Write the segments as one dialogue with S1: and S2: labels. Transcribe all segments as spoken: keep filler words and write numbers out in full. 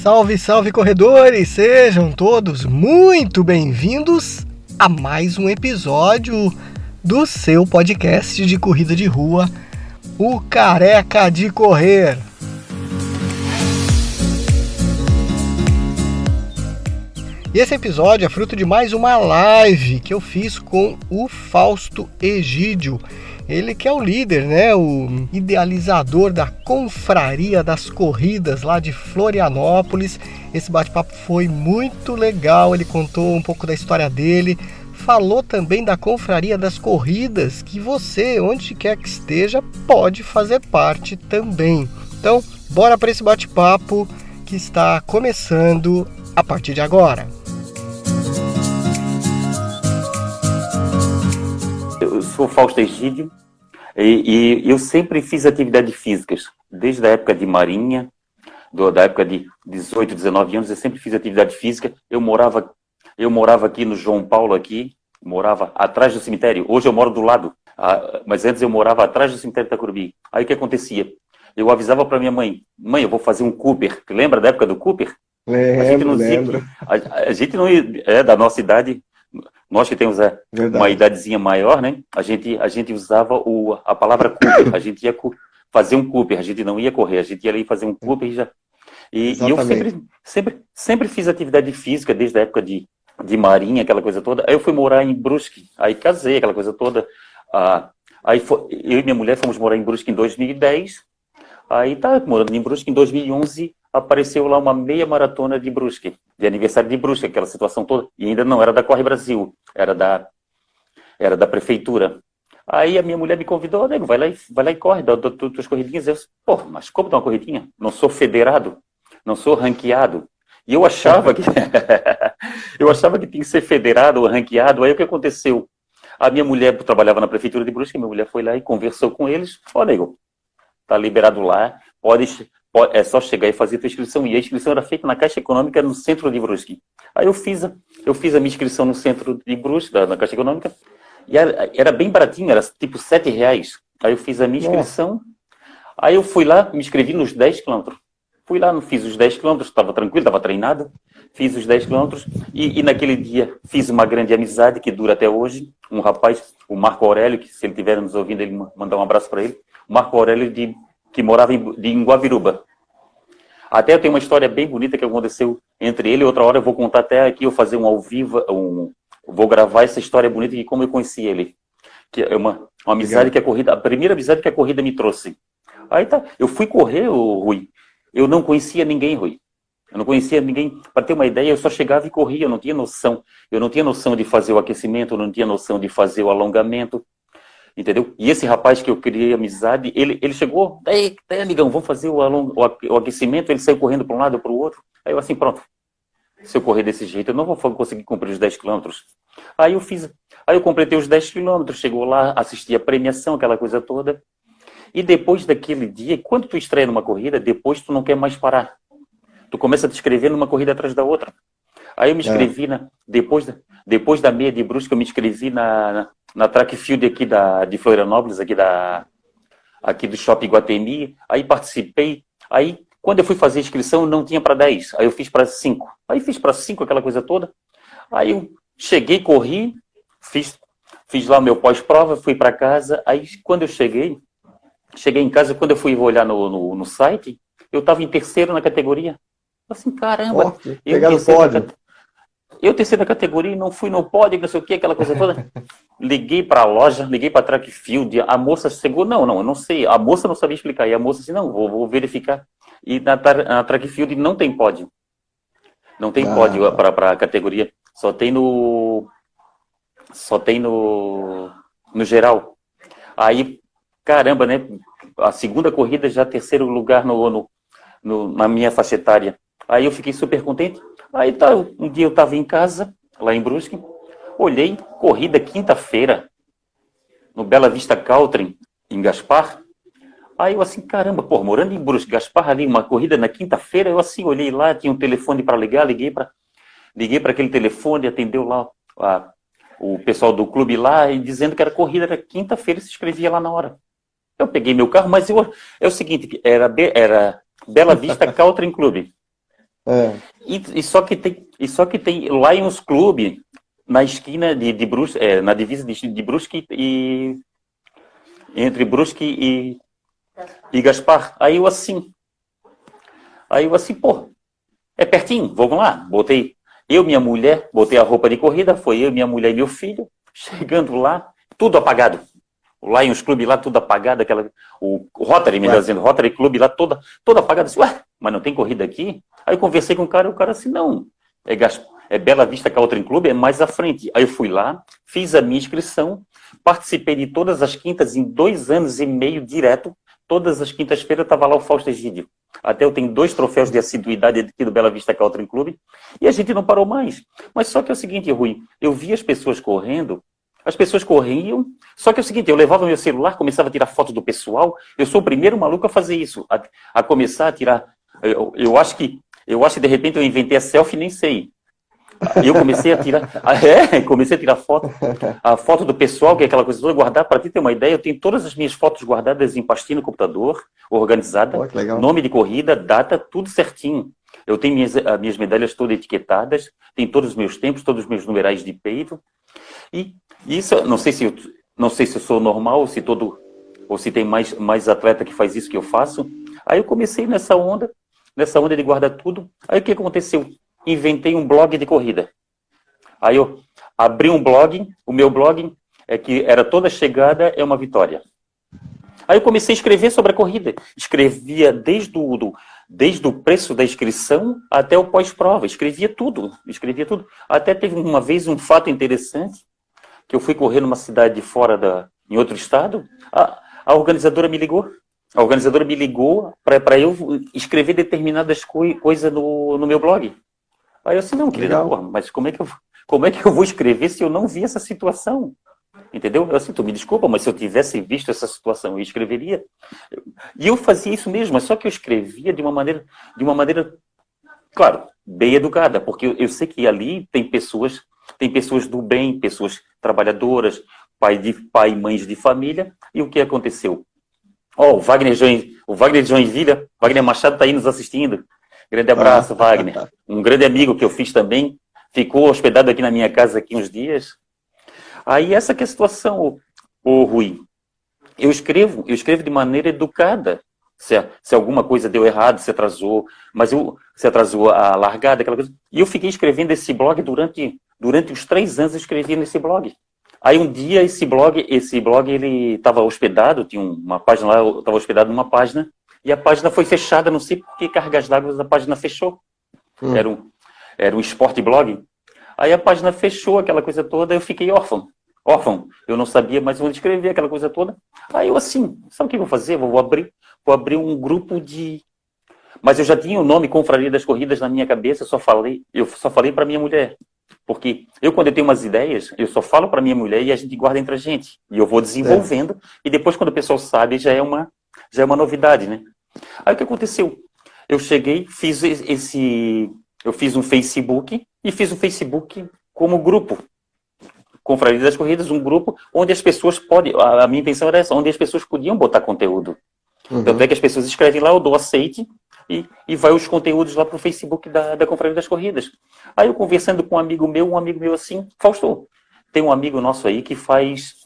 S1: Salve, salve corredores! Sejam todos muito bem-vindos a mais um episódio do seu podcast de corrida de rua, o Careca de Correr. E esse episódio é fruto de mais uma live que eu fiz com o Fausto Egídio. Ele que é o líder, né, o idealizador da Confraria das Corridas lá de Florianópolis. Esse bate-papo foi muito legal, ele contou um pouco da história dele, falou também da Confraria das Corridas, que você, onde quer que esteja, pode fazer parte também. Então, bora para esse bate-papo que está começando a partir de agora.
S2: Eu sou Fausto Egídio e, e eu sempre fiz atividades físicas, desde a época de marinha, do, da época de dezoito, dezenove anos, eu sempre fiz atividade física. Eu morava, eu morava aqui no João Paulo, aqui, morava atrás do cemitério. Hoje eu moro do lado, ah, mas antes eu morava atrás do cemitério de Itacurubi. Aí o que acontecia? Eu avisava para minha mãe, mãe, eu vou fazer um Cooper. Lembra da época do Cooper?
S3: Lembro,
S2: a gente não
S3: lembro.
S2: Que, a, a gente não é da nossa idade. Nós que temos a, uma idadezinha maior, né? A gente, a gente usava o, a palavra Cooper. A gente ia fazer um Cooper, a gente não ia correr, a gente ia ali fazer um Cooper e já. E, e eu sempre, sempre, sempre fiz atividade física desde a época de, de marinha, aquela coisa toda. Aí eu fui morar em Brusque, aí casei, aquela coisa toda. Ah, aí foi, eu e minha mulher fomos morar em Brusque em dois mil e dez. Aí tá morando em Brusque em dois mil e onze. Apareceu lá uma meia maratona de Brusque, de aniversário de Brusque, aquela situação toda, e ainda não era da Corre Brasil, era da, era da prefeitura. Aí a minha mulher me convidou, nego, vai lá e, vai lá e corre, dá, dá, dá tuas corridinhas. Eu disse, pô, mas como dá uma corridinha? Não sou federado, não sou ranqueado. E eu achava que eu achava que tinha que ser federado ou ranqueado. Aí o que aconteceu? A minha mulher trabalhava na prefeitura de Brusque, minha mulher foi lá e conversou com eles. Ó, nego, tá liberado lá, pode... É só chegar e fazer a tua inscrição. E a inscrição era feita na Caixa Econômica no centro de Brusque. Aí eu fiz a, eu fiz a minha inscrição no centro de Brusque, na Caixa Econômica, e era, era bem baratinho, era tipo sete reais. Aí eu fiz a minha inscrição, aí eu fui lá, me inscrevi nos dez quilômetros. Fui lá, fiz os dez quilômetros, estava tranquilo, estava treinado, fiz os dez quilômetros, e, e naquele dia fiz uma grande amizade que dura até hoje. Um rapaz, o Marco Aurélio, que se ele estiver nos ouvindo, ele mandar um abraço para ele. O Marco Aurélio de... que morava em, de, em Guabiruba. Até eu tenho uma história bem bonita que aconteceu entre ele, outra hora eu vou contar até aqui, eu fazer um ao vivo, um, vou gravar essa história bonita de como eu conheci ele. Que é uma, uma amizade que a corrida, a primeira amizade que a corrida me trouxe. Aí tá, eu fui correr, o Rui, eu não conhecia ninguém, Rui. Eu não conhecia ninguém, para ter uma ideia, eu só chegava e corria, eu não tinha noção. Eu não tinha noção de fazer o aquecimento, eu não tinha noção de fazer o alongamento. Entendeu? E esse rapaz que eu criei amizade, ele, ele chegou, daí, daí, amigão, vamos fazer o, along, o aquecimento, ele saiu correndo para um lado ou para o outro. Aí eu assim, pronto, se eu correr desse jeito, eu não vou conseguir cumprir os dez quilômetros. Aí eu fiz, aí eu completei os dez quilômetros, chegou lá, assisti a premiação, aquela coisa toda. E depois daquele dia, quando tu estreia numa corrida, depois tu não quer mais parar. Tu começa a te inscrever numa corrida atrás da outra. Aí eu me inscrevi, é. na, depois, da, depois da meia de Brusque, eu me inscrevi na... na na track field aqui da, de Florianópolis, aqui, da, aqui do Shopping Iguatemi, aí participei, aí quando eu fui fazer a inscrição não tinha para dez, aí eu fiz para cinco, aí fiz para cinco aquela coisa toda, aí eu cheguei, corri, fiz, fiz lá o meu pós-prova, fui para casa, aí quando eu cheguei, cheguei em casa, quando eu fui olhar no, no, no site, eu estava em terceiro na categoria, assim, caramba,
S3: oh,
S2: eu
S3: pegar no pódio.
S2: Eu terceira categoria, não fui no pódio, não sei o que, aquela coisa toda. Liguei para a loja, liguei para a track field, a moça chegou, não, não, eu não sei, a moça não sabia explicar, e a moça disse, não, vou, vou verificar. E na, na track field não tem pódio. Não tem ah. pódio para a categoria, só tem no... Só tem no... No geral. Aí, caramba, né, a segunda corrida já terceiro lugar no, no, no, na minha faixa etária. Aí eu fiquei super contente. Aí tá, um dia eu estava em casa, lá em Brusque, olhei, corrida quinta-feira, no Bela Vista Country, em Gaspar. Aí eu assim, caramba, pô, morando em Brusque, Gaspar ali, uma corrida na quinta-feira, eu assim, olhei lá, tinha um telefone para ligar, liguei para liguei para aquele telefone, atendeu lá a, o pessoal do clube lá, e dizendo que era corrida, era quinta-feira, se inscrevia lá na hora. Eu peguei meu carro, mas eu, é o seguinte, era, era Bela Vista Country Club.
S3: É.
S2: E, e, só que tem, e só que tem Lions Club na esquina de, de Brusque, é, na divisa de, de Brusque e... Entre Brusque e, e Gaspar. Aí eu assim... Aí eu assim, pô, é pertinho, vamos lá. Botei eu, minha mulher, botei a roupa de corrida, foi eu, minha mulher e meu filho, chegando lá, tudo apagado. O Lions Club lá, tudo apagado, aquela, o Rotary, melhor dizendo, Rotary Club lá, toda, toda apagada. Assim, ué, mas não tem corrida aqui? Aí eu conversei com o cara, o cara assim, não, é, é Bela Vista Country Club, é mais à frente. Aí eu fui lá, fiz a minha inscrição, participei de todas as quintas em dois anos e meio direto. Todas as quintas-feiras estava lá o Fausto Egídio. Até eu tenho dois troféus de assiduidade aqui do Bela Vista Country Club. E a gente não parou mais. Mas só que é o seguinte, Rui, eu vi as pessoas correndo, as pessoas corriam, só que é o seguinte, eu levava meu celular, começava a tirar foto do pessoal, eu sou o primeiro maluco a fazer isso, a, a começar a tirar, eu, eu acho que, eu acho que de repente eu inventei a selfie, nem sei. Eu comecei a tirar, é, comecei a tirar foto, a foto do pessoal, que é aquela coisa toda, guardar, para ti ter uma ideia, eu tenho todas as minhas fotos guardadas em pastinha no computador, organizada, oh, nome de corrida, data, tudo certinho. Eu tenho minhas, as minhas medalhas todas etiquetadas, tenho todos os meus tempos, todos os meus numerais de peito, e isso, não sei se eu, não sei se eu sou normal, ou se todo, ou se tem mais, mais atleta que faz isso que eu faço. Aí eu comecei nessa onda, nessa onda de guardar tudo. Aí o que aconteceu? Inventei um blog de corrida. Aí eu abri um blog, o meu blog é que era toda chegada é uma vitória. Aí eu comecei a escrever sobre a corrida. Escrevia desde o, do, desde o preço da inscrição até o pós-prova. Escrevia tudo, escrevia tudo. Até teve uma vez um fato interessante, que eu fui correr numa cidade de fora, da, em outro estado, a, a organizadora me ligou. A organizadora me ligou para eu escrever determinadas coi coisas no, no meu blog. Aí eu disse, não, querida, porra, mas como é, que eu, como é que eu vou escrever se eu não vi essa situação? Entendeu? Eu assim, tu me desculpa, mas se eu tivesse visto essa situação, eu escreveria. E eu fazia isso mesmo, mas só que eu escrevia de uma maneira, de uma maneira, claro, bem educada, porque eu, eu sei que ali tem pessoas, tem pessoas do bem, pessoas trabalhadoras, pai de pai e mães de família, e o que aconteceu? Ó, oh, o Wagner Join, o Wagner de Joinville, Wagner Machado está aí nos assistindo. Grande abraço, Wagner. Um grande amigo que eu fiz também, ficou hospedado aqui na minha casa aqui uns dias. Aí essa que é a situação, o, o Rui. Eu escrevo, eu escrevo de maneira educada. Se, se alguma coisa deu errado, se atrasou, mas eu, se atrasou a largada, aquela coisa. E eu fiquei escrevendo esse blog durante, durante os três anos, eu escrevia nesse blog. Aí um dia esse blog, esse blog ele estava hospedado, tinha uma página lá, eu estava hospedado numa página, e a página foi fechada, não sei por que cargas d'água a página fechou. Hum. Era um, era um esporte blog. Aí a página fechou, aquela coisa toda, eu fiquei órfão. Órfão. Eu não sabia mais onde escrever, aquela coisa toda. Aí eu assim, sabe o que eu vou fazer? Vou abrir, vou abrir um grupo de... Mas eu já tinha o nome Confraria das Corridas na minha cabeça, eu só falei, eu só falei para minha mulher. Porque eu, quando eu tenho umas ideias, eu só falo para minha mulher e a gente guarda entre a gente. E eu vou desenvolvendo, é. E depois, quando o pessoal sabe, já é uma, já é uma novidade, né? Aí o que aconteceu? Eu cheguei, fiz esse... Eu fiz um Facebook e fiz um Facebook como grupo. Confraria das Corridas, um grupo onde as pessoas podem... A minha intenção era essa, onde as pessoas podiam botar conteúdo. Uhum. Tanto é que as pessoas escrevem lá, eu dou aceite e, e vai os conteúdos lá para o Facebook da, da Confraria das Corridas. Aí eu conversando com um amigo meu, um amigo meu assim, Fausto, tem um amigo nosso aí que faz,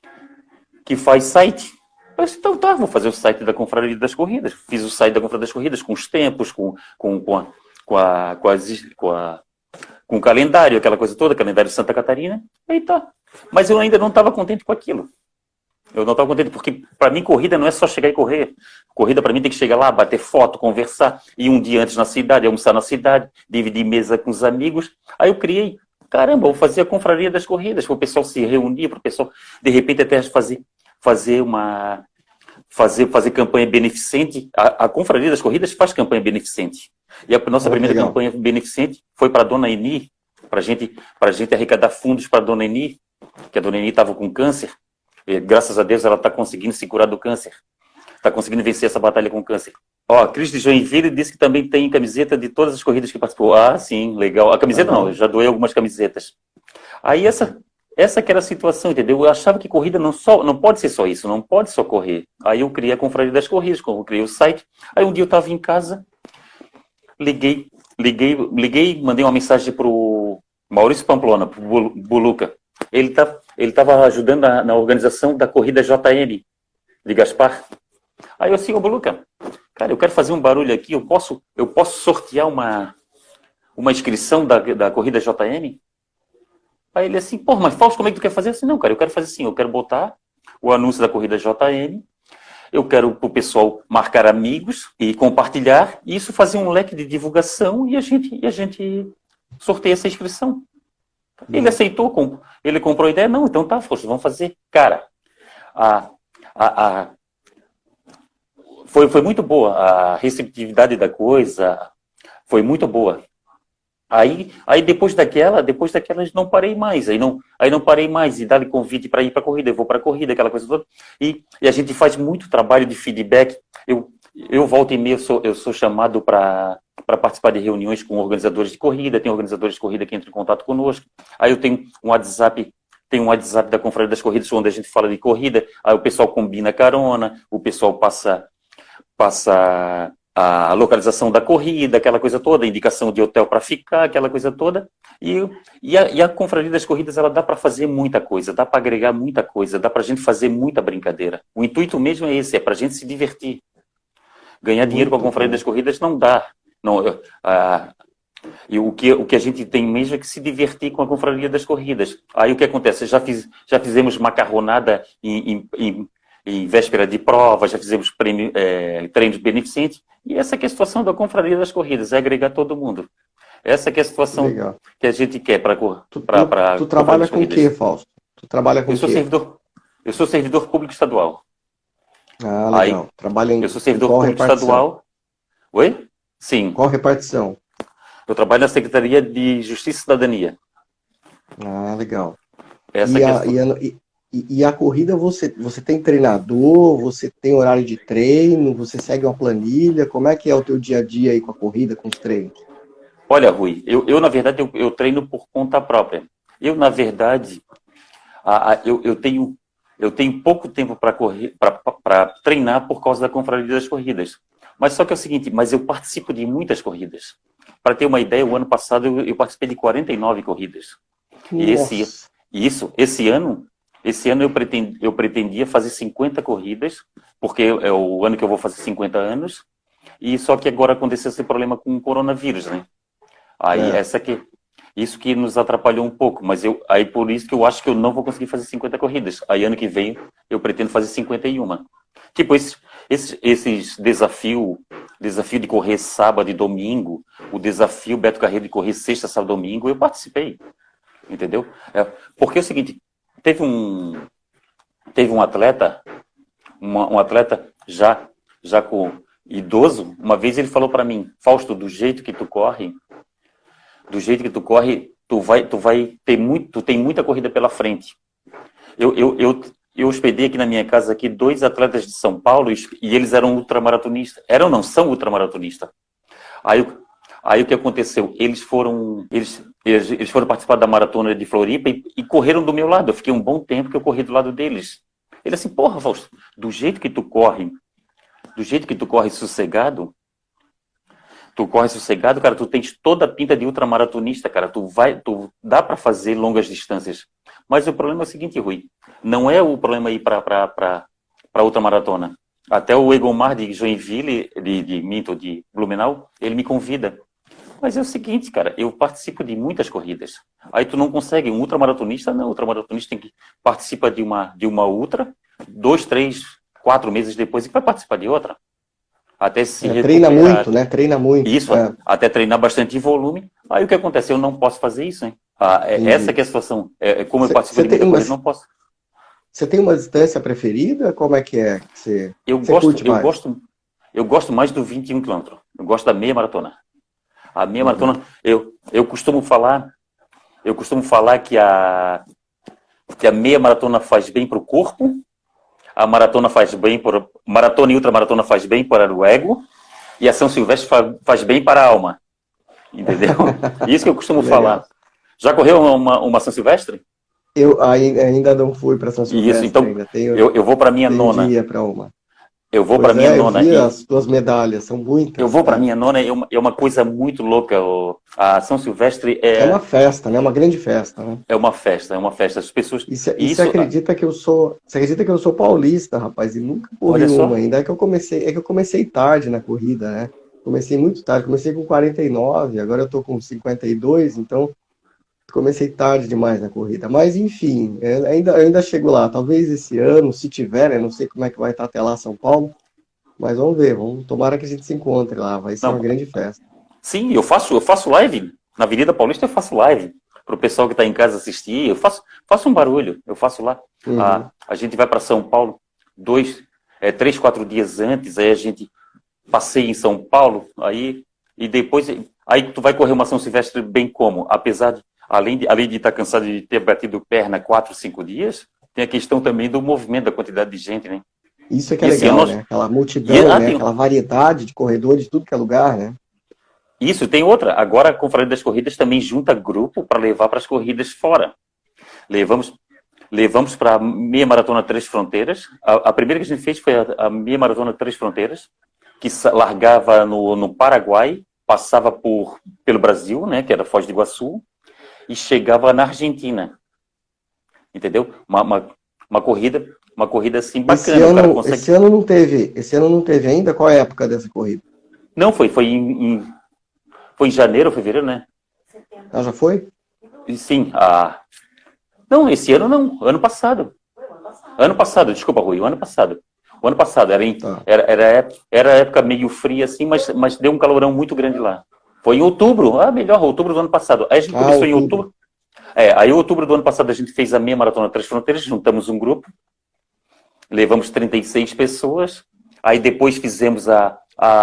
S2: que faz site. Eu disse, então tá, vou fazer o site da Confraria das Corridas. Fiz o site da Confraria das Corridas com os tempos, com, com, com, a, com, a, com, as, com, a, com o calendário, aquela coisa toda, calendário de Santa Catarina. Aí tá. Mas eu ainda não estava contente com aquilo. Eu não estava contente, porque para mim corrida não é só chegar e correr. Corrida para mim tem que chegar lá, bater foto, conversar, ir um dia antes na cidade, almoçar na cidade, dividir mesa com os amigos. Aí eu criei, caramba, vou fazer a Confraria das Corridas, para o pessoal se reunir, para o pessoal, de repente, até fazer, fazer uma... Fazer, fazer campanha beneficente. A, a Confraria das Corridas faz campanha beneficente. E a nossa ah, primeira legal. campanha beneficente foi para a Dona Eni, para gente, a gente arrecadar fundos para a Dona Eni, que a Dona Eni estava com câncer. E, graças a Deus ela está conseguindo se curar do câncer. Está conseguindo vencer essa batalha com o câncer. Ó, a Cris de Joinville disse que também tem camiseta de todas as corridas que participou. Ah, sim, legal. A camiseta uhum. não, eu já doei algumas camisetas. Aí essa, essa que era a situação, entendeu? Eu achava que corrida não, só, não pode ser só isso, não pode só correr. Aí eu criei a Confraria das Corridas, eu criei o site. Aí um dia eu estava em casa, liguei, liguei, liguei, mandei uma mensagem pro Maurício Pamplona, pro Buluca. Ele tá, ele estava ajudando na, na organização da corrida J M de Gaspar. Aí eu assim, ô Buluca, cara, eu quero fazer um barulho aqui, eu posso, eu posso sortear uma, uma inscrição da, da corrida J M? Aí ele assim, pô, mas Fausto, como é que tu quer fazer? Assim, não, cara, eu quero fazer assim, eu quero botar o anúncio da corrida J M, eu quero pro pessoal marcar amigos e compartilhar, e isso fazer um leque de divulgação e a gente, e a gente sorteia essa inscrição. Ele aceitou, com, ele comprou a ideia, não, então tá, Fausto, vamos fazer. Cara, a, a, a, foi, foi muito boa, a receptividade da coisa foi muito boa. Aí, aí depois daquela, depois daquelas não parei mais, aí não, aí não parei mais e dá-lhe convite para ir para a corrida, eu vou para a corrida, aquela coisa toda. E, e a gente faz muito trabalho de feedback. Eu, eu volto e meia, eu sou, eu sou chamado para para participar de reuniões com organizadores de corrida, tem organizadores de corrida que entram em contato conosco. Aí eu tenho um WhatsApp, tem um WhatsApp da Confraria das Corridas, onde a gente fala de corrida, aí o pessoal combina carona, o pessoal passa, passa a localização da corrida, aquela coisa toda, indicação de hotel para ficar, aquela coisa toda. E, e, a, e a Confraria das Corridas, ela dá para fazer muita coisa, dá para agregar muita coisa, dá para a gente fazer muita brincadeira. O intuito mesmo é esse, é para a gente se divertir. Ganhar dinheiro com a Confraria das Corridas não dá. Não, ah, e o que, o que a gente tem mesmo é que se divertir com a Confraria das Corridas. Aí o que acontece? Já, fiz, já fizemos macarronada em, em, em, em véspera de prova, já fizemos prêmio, é, treinos beneficentes. E essa que é a situação da Confraria das Corridas, é agregar todo mundo. Essa que é a situação Legal. que a gente quer para
S1: Tu, tu, tu trabalha com o quê, Fausto? Tu trabalha com
S2: eu sou
S1: quê?
S2: servidor Eu sou servidor público estadual.
S1: Ah, legal. Aí, trabalha em
S2: eu sou servidor público estadual. Oi? Sim.
S1: Qual repartição?
S2: Eu trabalho na Secretaria de Justiça e Cidadania.
S1: Ah, legal.
S2: Essa
S1: e, a, e, a, e, e a corrida, você, você tem treinador, você tem horário de treino, você segue uma planilha, como é que é o teu dia a dia aí com a corrida, com os treinos?
S2: Olha, Rui, eu, eu na verdade, eu, eu treino por conta própria. Eu, na verdade, a, a, eu, eu, tenho, eu tenho pouco tempo para correr, para treinar por causa da Confraria das Corridas. Mas só que é o seguinte, mas eu participo de muitas corridas. Para ter uma ideia, o ano passado eu, eu participei de quarenta e nove corridas. Nossa. E esse, isso, esse ano, esse ano eu, pretendi, eu pretendia fazer cinquenta corridas, porque é o ano que eu vou fazer cinquenta anos, e só que agora aconteceu esse problema com o coronavírus, né? Aí é. essa que, isso que nos atrapalhou um pouco, mas eu, aí por isso que eu acho que eu não vou conseguir fazer cinquenta corridas. Aí ano que vem eu pretendo fazer cinquenta e uma. Tipo, esses, esses, esses desafios, desafio de correr sábado e domingo, o desafio Beto Carreiro de correr sexta, sábado e domingo, eu participei, entendeu? É, porque é o seguinte, teve um, teve um atleta, uma, um atleta já, já com idoso, uma vez ele falou para mim, Fausto, do jeito que tu corre, do jeito que tu corre, tu vai, tu vai ter muito, tu tem muita corrida pela frente. Eu, eu, eu Eu hospedei aqui na minha casa aqui dois atletas de São Paulo e eles eram ultramaratonistas. Eram, não, são ultramaratonistas. Aí, aí o que aconteceu? Eles foram, eles, eles, eles foram participar da maratona de Floripa e, e correram do meu lado. Eu fiquei um bom tempo que eu corri do lado deles. Ele assim, porra, Fausto, do jeito que tu corre, do jeito que tu corre sossegado, tu corre sossegado, cara, tu tens toda a pinta de ultramaratonista, cara. Tu vai, tu dá para fazer longas distâncias. Mas o problema é o seguinte, Rui, não é o problema ir para outra maratona. Até o Egomar de Joinville, de, de Minto, de Blumenau, ele me convida. Mas é o seguinte, cara, eu participo de muitas corridas. Aí tu não consegue, um ultramaratonista, não, o ultramaratonista tem que participa de uma, de uma ultra, dois, três, quatro meses depois, e vai participar de outra. Até se
S1: é, treina muito, né? Treina muito.
S2: Isso,
S1: é.
S2: até treinar bastante volume. Aí o que acontece? Eu não posso fazer isso, hein? Ah, é, essa que é a situação. É, como eu cê, participo cê de muita coisa, eu não posso.
S1: Você tem uma distância preferida? Como é que é? Cê,
S2: eu,
S1: cê
S2: gosto, eu, gosto, eu gosto mais do vinte e um quilômetros. Eu gosto da meia maratona. A meia uhum. maratona, eu, eu costumo falar, eu costumo falar que a, que a meia maratona faz bem para o corpo, a maratona faz bem para maratona e ultramaratona faz bem para o ego, e a São Silvestre faz, faz bem para a alma. Entendeu? Isso que eu costumo falar. Já correu uma, uma São Silvestre?
S1: Eu ainda não fui para São Silvestre.
S2: Isso, então
S1: ainda tenho,
S2: eu, eu vou para minha nona.
S1: Para uma.
S2: Eu vou para
S1: Pois
S2: minha
S1: é, eu
S2: nona.
S1: vi
S2: E
S1: as tuas medalhas, são muitas.
S2: eu vou para
S1: né?
S2: minha nona, é uma, é uma coisa muito louca. o- A São Silvestre
S1: É uma
S2: é,
S1: festa, né? Uma grande festa, né?
S2: é uma festa, é uma festa. As pessoas.
S1: E você
S2: E
S1: e você
S2: isso, ah,
S1: acredita que eu sou, você acredita que eu sou paulista, rapaz, e nunca corri
S2: olha
S1: uma
S2: só.
S1: ainda. É que eu comecei, é que eu comecei tarde na corrida, né? Comecei muito tarde, comecei com quarenta e nove, agora eu tô com cinquenta e dois, então comecei tarde demais na corrida. Mas enfim, eu ainda, eu ainda chego lá. Talvez esse ano, se tiver, né? Não sei como é que vai estar até lá São Paulo, mas vamos ver, vamos, tomara que a gente se encontre lá, vai ser uma
S2: Não,
S1: grande festa.
S2: sim, eu faço, eu faço live. Na Avenida Paulista eu faço live. Para o pessoal que está em casa assistir, eu faço, faço um barulho, eu faço lá.
S1: Uhum.
S2: A, a gente vai para São Paulo dois, é, três, quatro dias antes, aí a gente passeia em São Paulo, aí, e depois, aí tu vai correr uma São Silvestre bem como? Apesar de, além de, além de estar cansado de ter batido perna quatro, cinco dias, tem a questão também do movimento, da quantidade de gente, né?
S1: Isso é que é
S2: E assim,
S1: legal,
S2: nós,
S1: né? Aquela
S2: e,
S1: multidão,
S2: ah,
S1: né?
S2: tem,
S1: Aquela variedade de corredores de tudo que é lugar, né?
S2: isso, tem outra. Agora a Confraria das Corridas também junta grupo para levar para as corridas fora. Levamos, levamos para a Meia Maratona Três Fronteiras. A, a primeira que a gente fez foi a, a Meia Maratona Três Fronteiras, que largava no, no Paraguai, passava por, pelo Brasil, né, que era Foz do Iguaçu, e chegava na Argentina. Entendeu? Uma, uma, uma corrida, uma corrida assim
S1: Esse
S2: bacana. O cara
S1: ano,
S2: consegue...
S1: esse ano não teve, esse ano não teve ainda. Qual é a época dessa corrida?
S2: Não, foi, foi em, em, foi em janeiro, fevereiro, né?
S1: Ah, já foi?
S2: E, sim, a... Não, esse ano não, ano passado. Ano passado, desculpa, Rui, o ano passado. O ano passado, era, em,
S1: Tá.
S2: era, era, era época meio fria assim, mas, mas deu um calorão muito grande lá. Foi em outubro, ah, melhor, outubro do ano passado. Aí a gente
S1: Ah,
S2: começou em
S1: outubro.
S2: outubro. É, aí em outubro do ano passado a gente fez a meia maratona Três Fronteiras, juntamos um grupo, levamos trinta e seis pessoas, aí depois fizemos a,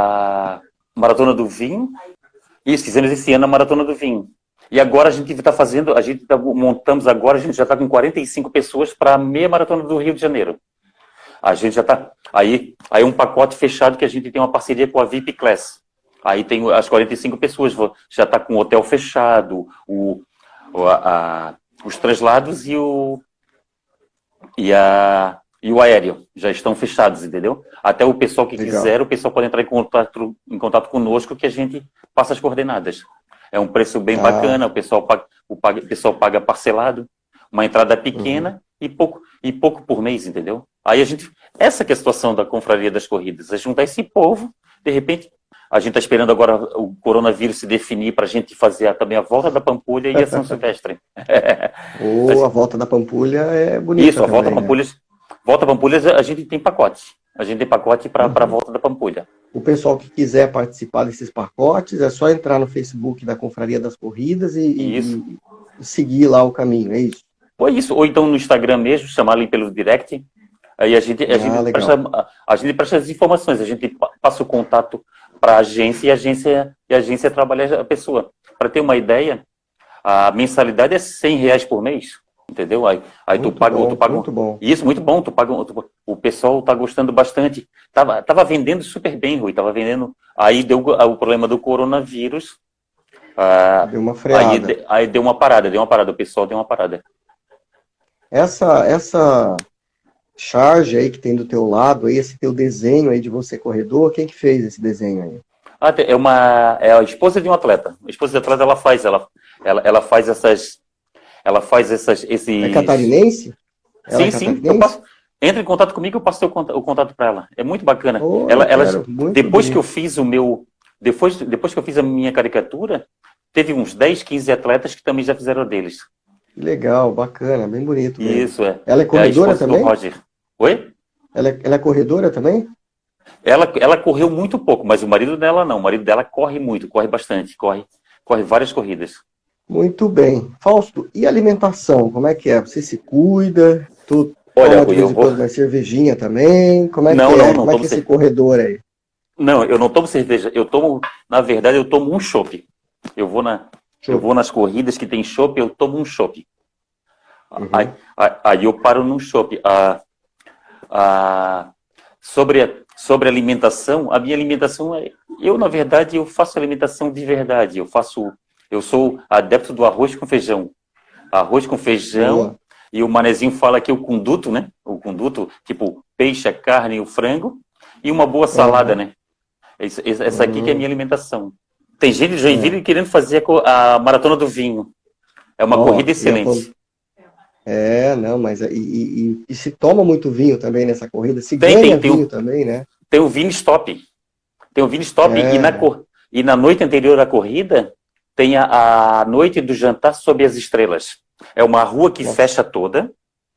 S2: a Maratona do Vinho, isso, fizemos esse ano a Maratona do Vinho. E agora a gente está fazendo, a gente tá, montamos agora, a gente já está com quarenta e cinco pessoas para a meia maratona do Rio de Janeiro. A gente já está, aí, aí um pacote fechado que a gente tem uma parceria com a V I P Class. Aí tem as quarenta e cinco pessoas, já está com o hotel fechado, o, o, a, os translados e o, e, a, e o aéreo já estão fechados, entendeu? Até o pessoal que
S1: Legal.
S2: quiser, o pessoal pode entrar em contato, em contato conosco que a gente passa as coordenadas. É um preço bem
S1: Ah.
S2: bacana, o pessoal paga, o, paga, o pessoal paga parcelado, uma entrada pequena
S1: Uhum.
S2: e, pouco, e pouco por mês, entendeu? Aí a gente, essa que é a situação da Confraria das Corridas, é juntar esse povo, de repente, a gente está esperando agora o coronavírus se definir para a gente fazer a, também a Volta da Pampulha e a São Silvestre.
S1: Ou a volta da Pampulha é bonita.
S2: Isso, a Volta
S1: também,
S2: da Pampulha, Volta da Pampulha a gente tem pacote. A gente tem pacote para
S1: Uhum.
S2: a Volta da Pampulha.
S1: O pessoal que quiser participar desses pacotes, é só entrar no Facebook da Confraria das Corridas e, e-
S2: Isso.
S1: e seguir lá o caminho, é isso?
S2: Ou isso, ou então no Instagram mesmo, chamar ali pelo direct. Aí a gente, a
S1: Ah,
S2: gente,
S1: legal.
S2: presta, a, a gente presta as informações, a gente pa- passa o contato para a agência e a agência, e a agência trabalha a pessoa. Para ter uma ideia, a mensalidade é cem reais por mês, entendeu? Aí, aí tu
S1: Muito
S2: paga,
S1: bom,
S2: tu paga.
S1: muito bom.
S2: Isso, muito bom. Tu paga, tu- o pessoal está gostando bastante. Tava, tava vendendo super bem, Rui. Tava vendendo. Aí deu o o problema do coronavírus. Ah,
S1: Deu uma
S2: aí,
S1: freada.
S2: de- aí deu uma parada, deu uma parada. O pessoal deu uma parada.
S1: Essa, essa charge aí que tem do teu lado, aí, esse teu desenho aí de você corredor, quem que fez esse desenho aí?
S2: Ah, é uma é a esposa de um atleta. A esposa de um atleta ela faz, ela, ela, ela faz essas, ela faz essas, esses.
S1: É catarinense? Ela
S2: Sim,
S1: é
S2: sim.
S1: catarinense?
S2: Eu passo, entra em contato comigo, eu passo teu conta- o contato para ela. É muito bacana.
S1: Oh,
S2: ela,
S1: eu
S2: ela,
S1: quero, muito
S2: depois que
S1: bonito.
S2: eu fiz o meu, depois, depois que eu fiz a minha caricatura, teve uns dez, quinze atletas que também já fizeram deles.
S1: Legal, bacana, bem bonito mesmo.
S2: Isso é.
S1: Ela é
S2: É a
S1: corredora
S2: esposa do
S1: também?
S2: Roger. Oi?
S1: Ela é, ela é corredora também?
S2: Ela, ela correu muito pouco, mas o marido dela não. O marido dela corre muito, corre bastante, corre, corre várias corridas.
S1: Muito bem. Fausto, e alimentação, como é que é? Você se cuida? Tu
S2: Olha,
S1: toma de
S2: Rui,
S1: vez
S2: eu
S1: em
S2: vou.
S1: quando uma cervejinha também? Como é
S2: Não,
S1: que
S2: não,
S1: é?
S2: não
S1: Como é
S2: tomo
S1: que é esse
S2: cerveja.
S1: corredor aí?
S2: Não, eu não tomo cerveja. Eu tomo, na verdade, eu tomo um chopp. Eu vou na, eu vou nas corridas que tem chopp, eu tomo um chopp.
S1: Uhum.
S2: Aí, aí- aí eu paro num chopp. Ah, ah, sobre, a, sobre a alimentação, a minha alimentação é. Eu, na verdade, eu faço alimentação de verdade. Eu faço. Eu sou adepto do arroz com feijão. Arroz com feijão.
S1: Boa.
S2: E o manezinho fala que o conduto, né? O conduto, tipo peixe, a carne e o frango. e uma boa salada,
S1: uhum.
S2: né? Essa, essa aqui uhum. que é a minha alimentação. Tem gente de Joinville é. querendo fazer a, a maratona do vinho. É uma oh, corrida excelente.
S1: É, não, mas e, e, e se toma muito vinho também nessa corrida? Se
S2: tem,
S1: ganha
S2: tem,
S1: vinho
S2: tem,
S1: também, né?
S2: Tem o vinho stop. Tem o vinho stop
S1: é.
S2: e, na, e na noite anterior à corrida tem a, a noite do jantar sob as estrelas. É uma rua que Nossa. fecha toda.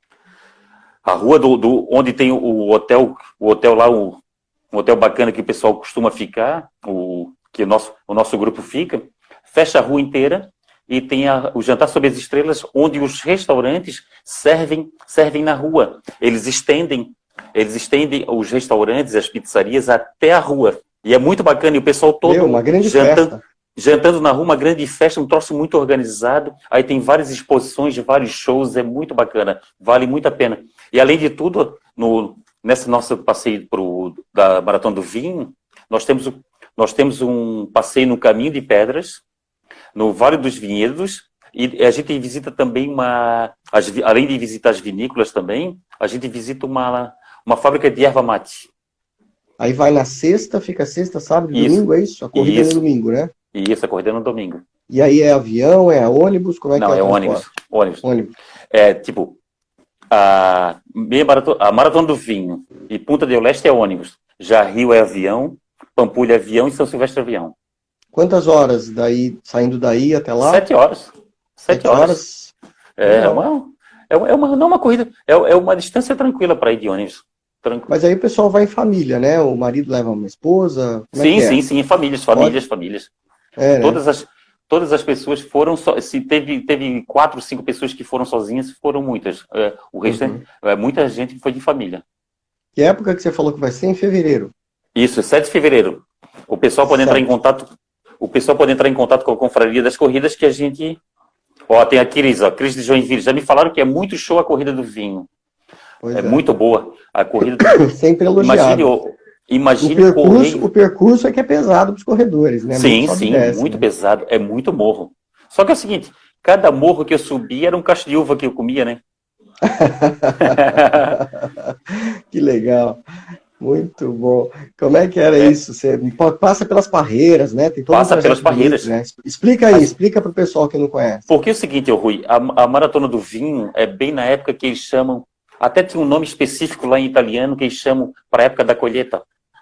S2: A rua do, do, onde tem o, o hotel, o hotel lá, o, um hotel bacana que o pessoal costuma ficar, o, que o nosso, o nosso grupo fica, fecha a rua inteira. E tem a, o jantar sob as estrelas, onde os restaurantes servem, servem na rua. Eles estendem, eles estendem os restaurantes, as pizzarias até a rua. E é muito bacana, e o pessoal todo
S1: Meu, uma grande
S2: jantando,
S1: festa.
S2: jantando na rua, uma grande festa, um troço muito organizado. Aí tem várias exposições, vários shows, é muito bacana, vale muito a pena. E além de tudo, no, nesse nosso passeio pro, da Maratona do Vinho, nós temos, nós temos um passeio no Caminho de Pedras, no Vale dos Vinhedos, e a gente visita também uma, as, além de visitar as vinícolas também, a gente visita uma, uma fábrica de erva mate.
S1: Aí vai na sexta, fica sexta, sábado e domingo, é isso? A corrida
S2: isso.
S1: é no domingo, né?
S2: Isso, a corrida é no domingo.
S1: E aí é avião, é ônibus, como é
S2: Não,
S1: que é?
S2: Não, é ônibus, ônibus. Ônibus. É, tipo, a, meia maratona, a Maratona do Vinho e Punta del Este é ônibus. Já Rio é avião, Pampulha é avião e São Silvestre é avião.
S1: Quantas horas daí, saindo daí até lá?
S2: Sete horas. Sete, Sete horas. horas. É, uma, é, uma, é uma, não é uma corrida, é, é uma distância tranquila para ir de ônibus. Tranquilo.
S1: Mas aí o pessoal vai em família, né? O marido leva uma esposa?
S2: Sim,
S1: é
S2: sim,
S1: é?
S2: sim, famílias, famílias, Pode? famílias.
S1: É,
S2: todas,
S1: né?
S2: as, todas as pessoas foram, so, se teve, teve quatro, cinco pessoas que foram sozinhas, foram muitas. É, o restante, uhum. é, muita gente foi de família.
S1: Que época que você falou que vai ser? Em fevereiro?
S2: Isso, sete de fevereiro. O pessoal pode entrar em contato... O pessoal pode entrar em contato com a Confraria das Corridas que a gente... Ó, tem a Cris, ó, Cris de Joinville. Já me falaram que é muito show a corrida do vinho. É, é muito boa. A corrida do...
S1: Sempre elogiado.
S2: Imagine, imagine
S1: o, percurso, correr... o percurso é que é pesado para os corredores, né?
S2: Sim, sim, desce, muito né? pesado. É muito morro. Só que é o seguinte, cada morro que eu subia era um cacho de uva que eu comia, né?
S1: Que legal. Muito bom. Como é que era é. isso? Você passa pelas parreiras, né? Tem todo
S2: passa um pelas parreiras.
S1: Bonito, né? Explica aí, Mas, explica para o pessoal que não conhece.
S2: Porque é o seguinte, Rui, a, a Maratona do Vinho é bem na época que eles chamam, até tem um nome específico lá em italiano que eles chamam para a época da colheita.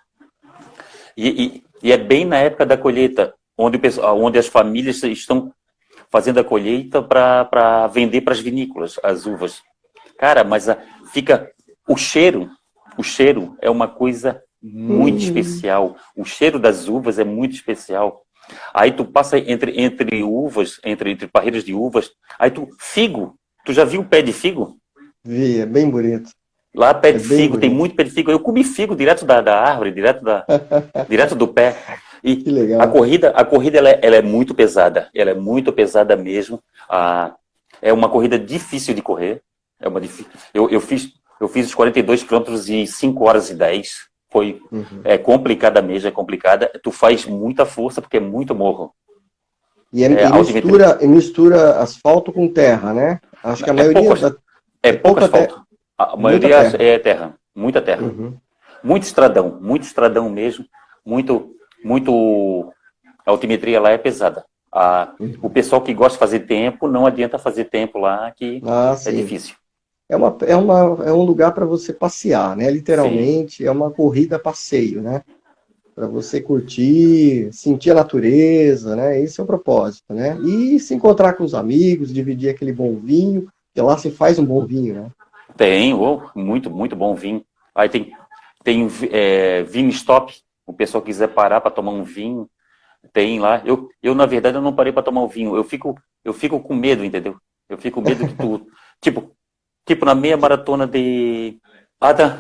S2: E, e, e é bem na época da colheita, onde, o, onde as famílias estão fazendo a colheita para vender para as vinícolas, as uvas. Cara, mas a, fica o cheiro... O cheiro é uma coisa muito hum. especial. O cheiro das uvas é muito especial. Aí tu passa entre, entre uvas, entre, entre parreiras de uvas, aí tu, figo. Tu já viu o pé de figo?
S1: Vi, é bem bonito.
S2: Lá pé é de figo, bonito. Tem muito pé de figo. Eu comi figo direto da, da árvore, direto, da, direto do pé. E
S1: que legal.
S2: A corrida, a corrida ela é, ela é muito pesada. Ela é muito pesada mesmo. Ah, é uma corrida difícil de correr. É uma difícil. Eu, eu fiz... Eu fiz os quarenta e dois quilômetros em cinco horas e dez. Foi uhum. é, complicada mesmo, é complicada. Tu faz muita força porque é muito morro.
S1: E, é, é, e mistura, mistura asfalto com terra, né? Acho que a
S2: é
S1: maioria...
S2: Pouco,
S1: da...
S2: É pouco asfalto. Terra. A maioria terra. é terra. Muita terra. Uhum. Muito estradão. Muito estradão mesmo. Muito, muito... A altimetria lá é pesada. A, uhum. O pessoal que gosta de fazer tempo, não adianta fazer tempo lá, que ah, é difícil.
S1: É, uma, é, uma, é um lugar para você passear, né? Literalmente, Sim. é uma corrida passeio, né? Para você curtir, sentir a natureza, né? Esse é o propósito, né? E se encontrar com os amigos, dividir aquele bom vinho, que lá se faz um bom vinho, né?
S2: Tem, oh, muito, muito bom vinho. Aí tem, tem é, vinho stop, o pessoal quiser parar para tomar um vinho, tem lá. Eu, eu na verdade, eu não parei para tomar um vinho, eu fico, eu fico com medo, entendeu? Eu fico com medo que tu... tipo... Tipo, na meia maratona de... Ah, tá.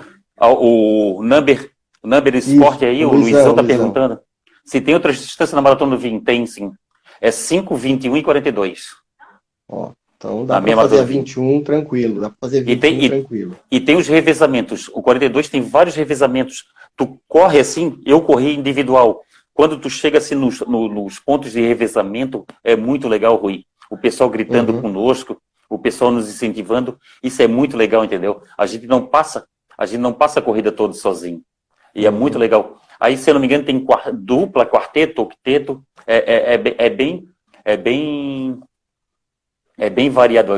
S2: O Number, o Number Sport aí, o, o Luizão está perguntando. Se tem outras distâncias na maratona do vinho? Tem, sim. É cinco, vinte e um e quarenta e dois.
S1: Ó, então dá para fazer a vinte e um tranquilo. Dá para fazer vinte e um e tem, tranquilo.
S2: E, e tem os revezamentos. O quarenta e dois tem vários revezamentos. Tu corre assim, eu corri individual. Quando tu chega assim nos, no, nos pontos de revezamento, é muito legal, Rui. O pessoal gritando uhum. conosco. O pessoal nos incentivando, isso é muito legal, entendeu? A gente não passa, a gente não passa a corrida toda sozinho. E é muito legal. Aí, se eu não me engano, tem quar- dupla, quarteto, octeto. É, é, é, be- é bem, é bem, é bem variado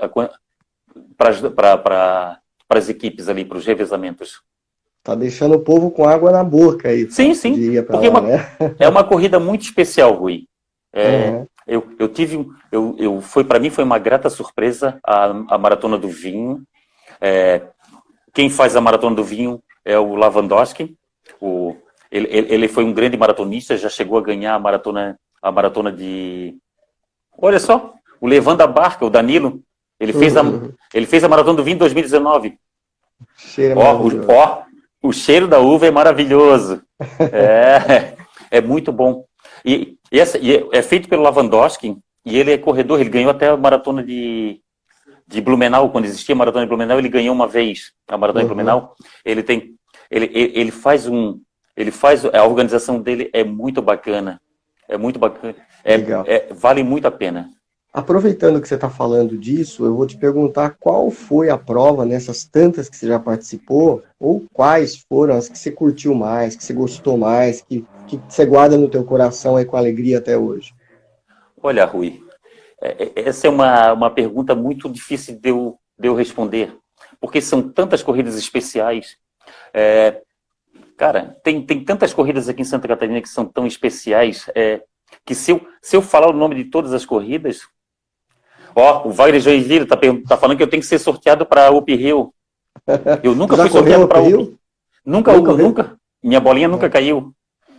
S2: para as equipes ali, para os revezamentos.
S1: Tá deixando o povo com água na boca aí,
S2: Sim,
S1: Fausto,
S2: sim,
S1: diria pra
S2: porque é
S1: lá,
S2: uma,
S1: né?
S2: é uma corrida muito especial, Rui. É,
S1: Aham.
S2: eu, eu tive, um- eu, eu foi para mim foi uma grata surpresa a, a maratona do vinho. É, quem faz a maratona do vinho é o Lewandowski. O, ele, ele ele foi um grande maratonista, já chegou a ganhar a maratona, a maratona de. Olha só, o Levando a Barca, o Danilo, ele fez a,
S1: Uhum.
S2: ele fez a maratona do vinho em dois mil e dezenove.
S1: Cheiro é
S2: Ó, o,
S1: maravilhoso.
S2: ó, o cheiro da uva é maravilhoso. É, é muito bom. E, e essa, e é, é feito pelo Lewandowski, e ele é corredor, ele ganhou até a maratona de, de Blumenau, quando existia a maratona de Blumenau, ele ganhou uma vez a maratona de
S1: Uhum.
S2: Blumenau. Ele tem, ele, ele, ele faz um, ele faz, a organização dele é muito bacana, é muito bacana, é,
S1: Legal.
S2: é, vale muito a pena.
S1: Aproveitando que você está falando disso, eu vou te perguntar qual foi a prova nessas tantas que você já participou, ou quais foram as que você curtiu mais, que você gostou mais, que, que você guarda no teu coração aí com alegria até hoje.
S2: Olha, Rui, é- é- essa é uma, uma pergunta muito difícil de eu, de eu responder, porque são tantas corridas especiais. É, cara, tem, tem tantas corridas aqui em Santa Catarina que são tão especiais, é, que se eu, se eu falar o nome de todas as corridas, ó, o Wagner Joinville tá, pergun- tá falando que eu tenho que ser sorteado para a U P Rio. Eu
S1: Tu
S2: nunca
S1: já
S2: fui
S1: correu
S2: sorteado
S1: o
S2: para a U P.
S1: Rio?
S2: Nunca,
S1: Nunca correu?
S2: nunca. Minha bolinha nunca caiu.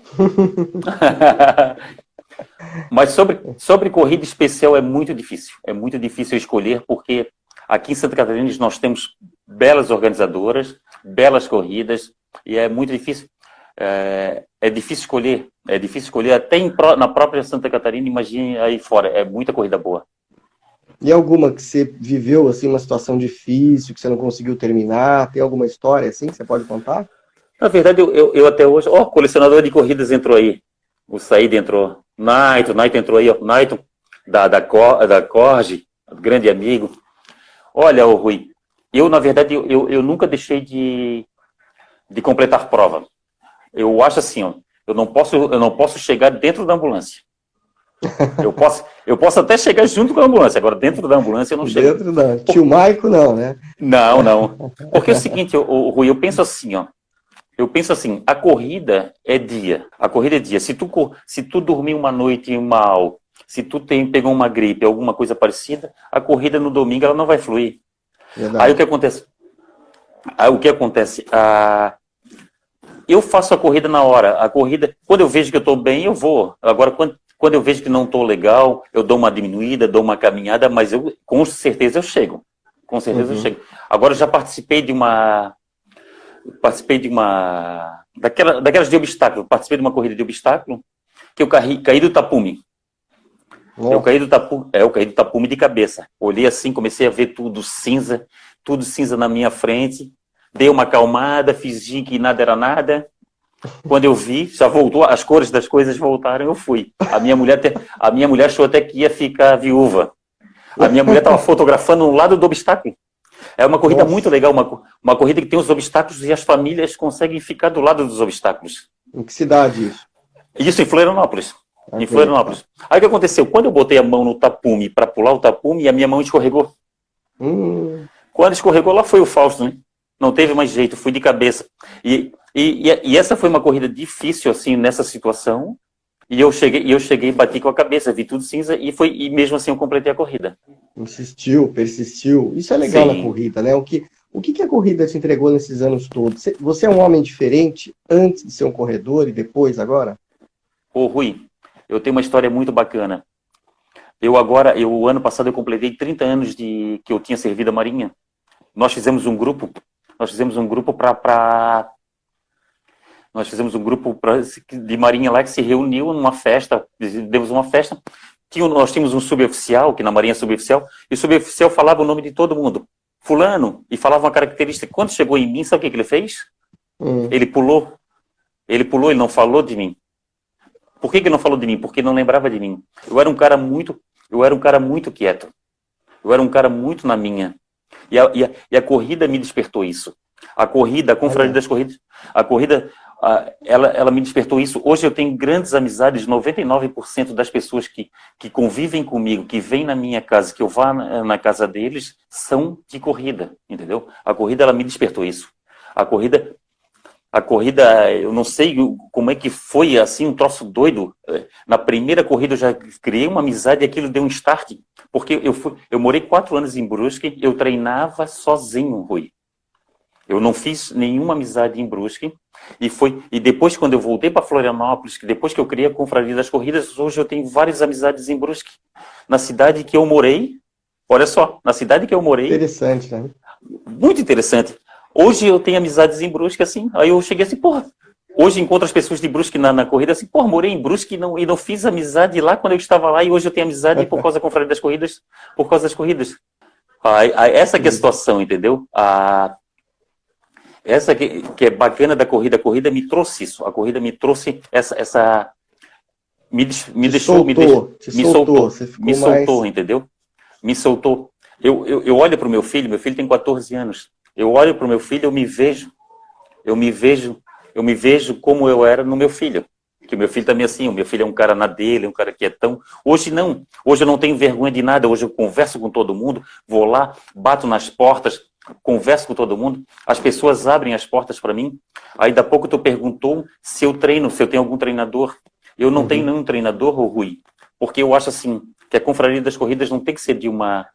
S2: Mas sobre, sobre corrida especial é muito difícil. É muito difícil escolher, porque aqui em Santa Catarina nós temos belas organizadoras, belas corridas, e é muito difícil. É, é difícil escolher. É difícil escolher até em, pró- na própria Santa Catarina, imagine aí fora. É muita corrida boa.
S1: E alguma que você viveu, assim, uma situação difícil, que você não conseguiu terminar? Tem alguma história, assim, que você pode contar?
S2: Na verdade, eu, eu, eu até hoje... Ó, colecionador de corridas entrou aí. O Saíd entrou. Naito, Naito entrou aí, ó. Naito, da, da, Cor- da Corge, grande amigo. Olha, ô Rui, eu, na verdade, eu, eu, eu nunca deixei de, de completar prova. Eu acho assim, ó, eu não posso, eu não posso chegar dentro da ambulância. Eu posso, eu posso até chegar junto com a ambulância, agora dentro da ambulância eu não chego.
S1: Dentro da... Tio Maico, não, né?
S2: Não, não. Porque é o seguinte, ô, ô, Rui, eu penso assim, ó. Eu penso assim, a corrida é dia. A corrida é dia. Se tu, co- se tu dormir uma noite mal, se tu tem, pegou uma gripe, alguma coisa parecida, a corrida no domingo ela não vai fluir. Aí o
S1: Verdade.
S2: que acontece? Aí o que acontece? Ah, eu faço a corrida na hora. A corrida, quando eu vejo que eu estou bem, eu vou. Agora, quando, quando eu vejo que não estou legal, eu dou uma diminuída, dou uma caminhada, mas eu, com certeza eu chego. Com certeza eu
S1: Uhum.
S2: chego. Agora, eu já participei de uma... Participei de uma... Daquela, daquelas de obstáculo. Participei de uma corrida de obstáculo que eu caí, caí do tapume. Eu
S1: Nossa.
S2: caí do tapume, é, eu caí do tapume de cabeça. Olhei assim, comecei a ver tudo cinza, tudo cinza na minha frente. Dei uma acalmada, fingi que nada era nada. Quando eu vi, já voltou, as cores das coisas voltaram, eu fui. A minha mulher, até, a minha mulher achou até que ia ficar viúva. A minha mulher estava fotografando um lado do obstáculo. É uma corrida
S1: Nossa.
S2: muito legal, uma, uma corrida que tem os obstáculos e as famílias conseguem ficar do lado dos obstáculos.
S1: Em que cidade isso?
S2: Isso em Florianópolis. Em
S1: Ok,
S2: Florianópolis. Aí o que aconteceu? Quando eu botei a mão no tapume para pular o tapume, a minha mão escorregou.
S1: Hum,
S2: Quando escorregou, lá foi o Fausto, né? Não teve mais jeito, fui de cabeça. E, e, e, e essa foi uma corrida difícil, assim, nessa situação. E eu cheguei, eu cheguei, bati com a cabeça, vi tudo cinza e foi e mesmo assim eu completei a corrida.
S1: insistiu, persistiu. Isso é legal na
S2: Sim.
S1: corrida, né? O que, o que que a corrida te entregou nesses anos todos? Você- Você é um homem diferente antes de ser um corredor e depois, agora?
S2: Ô, Rui, eu tenho uma história muito bacana. Eu agora, eu o ano passado eu completei trinta anos de que eu tinha servido a Marinha. Nós fizemos um grupo, nós fizemos um grupo para pra... nós fizemos um grupo pra, de Marinha lá que se reuniu numa festa, demos uma festa. Tinha, nós tínhamos um suboficial, que na Marinha é suboficial, e o suboficial falava o nome de todo mundo. Fulano, e falava uma característica. Quando chegou em mim, sabe o que, que ele fez?
S1: Hum,
S2: Ele pulou. Ele pulou, ele não falou de mim. Por que, que ele não falou de mim? Porque não lembrava de mim. Eu era um cara muito, eu era um cara muito quieto. Eu era um cara muito na minha. E a, e a, e a corrida me despertou isso. A corrida, a confraria das corridas, a corrida, ela, ela me despertou isso. Hoje eu tenho grandes amizades, noventa e nove por cento das pessoas que, que convivem comigo, que vêm na minha casa, que eu vá na, na casa deles, são de corrida, entendeu? A corrida, ela me despertou isso. A corrida, a corrida, eu não sei como é que foi, assim, um troço doido. Na primeira corrida eu já criei uma amizade e aquilo deu um start, porque eu, fui, eu morei quatro anos em Brusque, eu treinava sozinho, Rui. Eu não fiz nenhuma amizade em Brusque. E, foi, e depois, quando eu voltei para Florianópolis, que depois que eu criei a Confraria das Corridas, hoje eu tenho várias amizades em Brusque. Na cidade que eu morei, olha só, na cidade que eu morei...
S1: Interessante, né?
S2: Muito interessante. Hoje eu tenho amizades em Brusque, assim, aí eu cheguei assim, porra, hoje encontro as pessoas de Brusque na, na corrida, assim, porra, morei em Brusque e não, e não fiz amizade lá quando eu estava lá, e hoje eu tenho amizade por causa da Confraria das Corridas, por causa das corridas. Aí, aí, essa que é a situação, entendeu? A... Essa que, que é bacana da corrida, a corrida me trouxe isso, a corrida me trouxe essa, essa me, me deixou,
S1: soltou,
S2: me, deixou, me
S1: soltou,
S2: soltou, me soltou, mais... entendeu? Me soltou. Eu, eu, eu olho para o meu filho, meu filho tem quatorze anos, eu olho para o meu filho, eu me vejo, eu me vejo, eu me vejo como eu era no meu filho, que o meu filho também é assim, o meu filho é um cara na dele, um cara quietão. Hoje não, hoje eu não tenho vergonha de nada, hoje eu converso com todo mundo, vou lá, bato nas portas, converso com todo mundo, as pessoas abrem as portas para mim. Aí, da pouco, tu perguntou se eu treino, se eu tenho algum treinador. Eu não uhum. tenho nenhum treinador, Rui, porque eu acho assim, que a Confraria das Corridas não tem que ser de uma,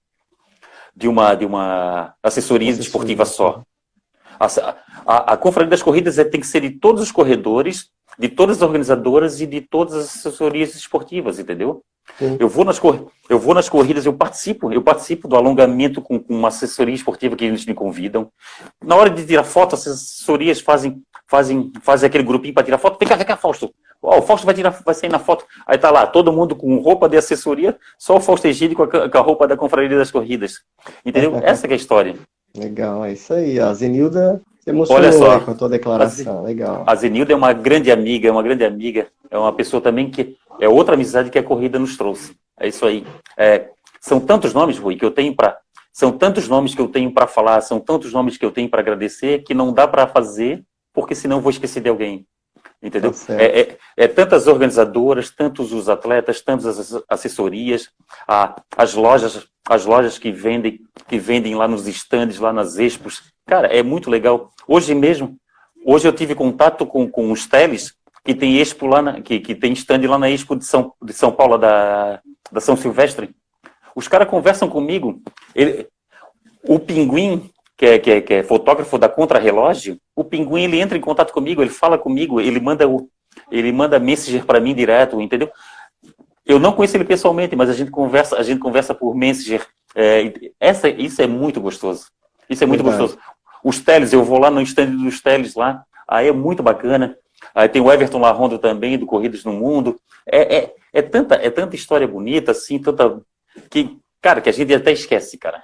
S2: de uma, de uma assessoria, assessoria esportiva só. A, a, a Confraria das Corridas é, tem que ser de todos os corredores, de todas as organizadoras e de todas as assessorias esportivas, entendeu? Eu vou, nas cor... eu vou nas corridas, eu participo, eu participo do alongamento com, com uma assessoria esportiva que eles me convidam. Na hora de tirar foto, as assessorias fazem, fazem, fazem aquele grupinho para tirar foto. Vem cá, vem cá, Fausto. Oh, o Fausto vai, tirar, vai sair na foto. Aí tá lá, todo mundo com roupa de assessoria, só o Fausto Egídio com a, com a roupa da Confraria das Corridas. Entendeu? Essa que é a história.
S1: Legal, é isso aí. A Zenilda se emocionou. Olha só, com a tua declaração. A, Legal.
S2: A Zenilda é uma grande amiga, é uma grande amiga. É uma pessoa também que... É outra amizade que a corrida nos trouxe. É isso aí. É, são tantos nomes, Rui, que eu tenho para... São tantos nomes que eu tenho para falar, são tantos nomes que eu tenho para agradecer, que não dá para fazer, porque senão eu vou esquecer de alguém. Entendeu? Tá é, é, é tantas organizadoras, tantos os atletas, tantas as assessorias, a, as lojas, as lojas que vendem, que vendem lá nos estandes, lá nas expos. Cara, é muito legal. Hoje mesmo, hoje eu tive contato com, com os teles, que tem expo lá, na, que, que tem stand lá na Expo de São, de São Paulo, da, da São Silvestre. Os caras conversam comigo. Ele, o Pinguim, que é, que, é, que é fotógrafo da Contra-Relógio, o Pinguim, ele entra em contato comigo, ele fala comigo, ele manda o, ele manda Messenger para mim direto, entendeu? Eu não conheço ele pessoalmente, mas a gente conversa, a gente conversa por Messenger. É, essa, isso é muito gostoso. Isso é muito Verdade. gostoso. Os teles, eu vou lá no stand dos teles lá, aí é muito bacana. Aí tem o Everton Larrondo também, do Corridas no Mundo. É, é, é, tanta, é tanta história bonita, assim, tanta... Que, cara, que a gente até esquece, cara.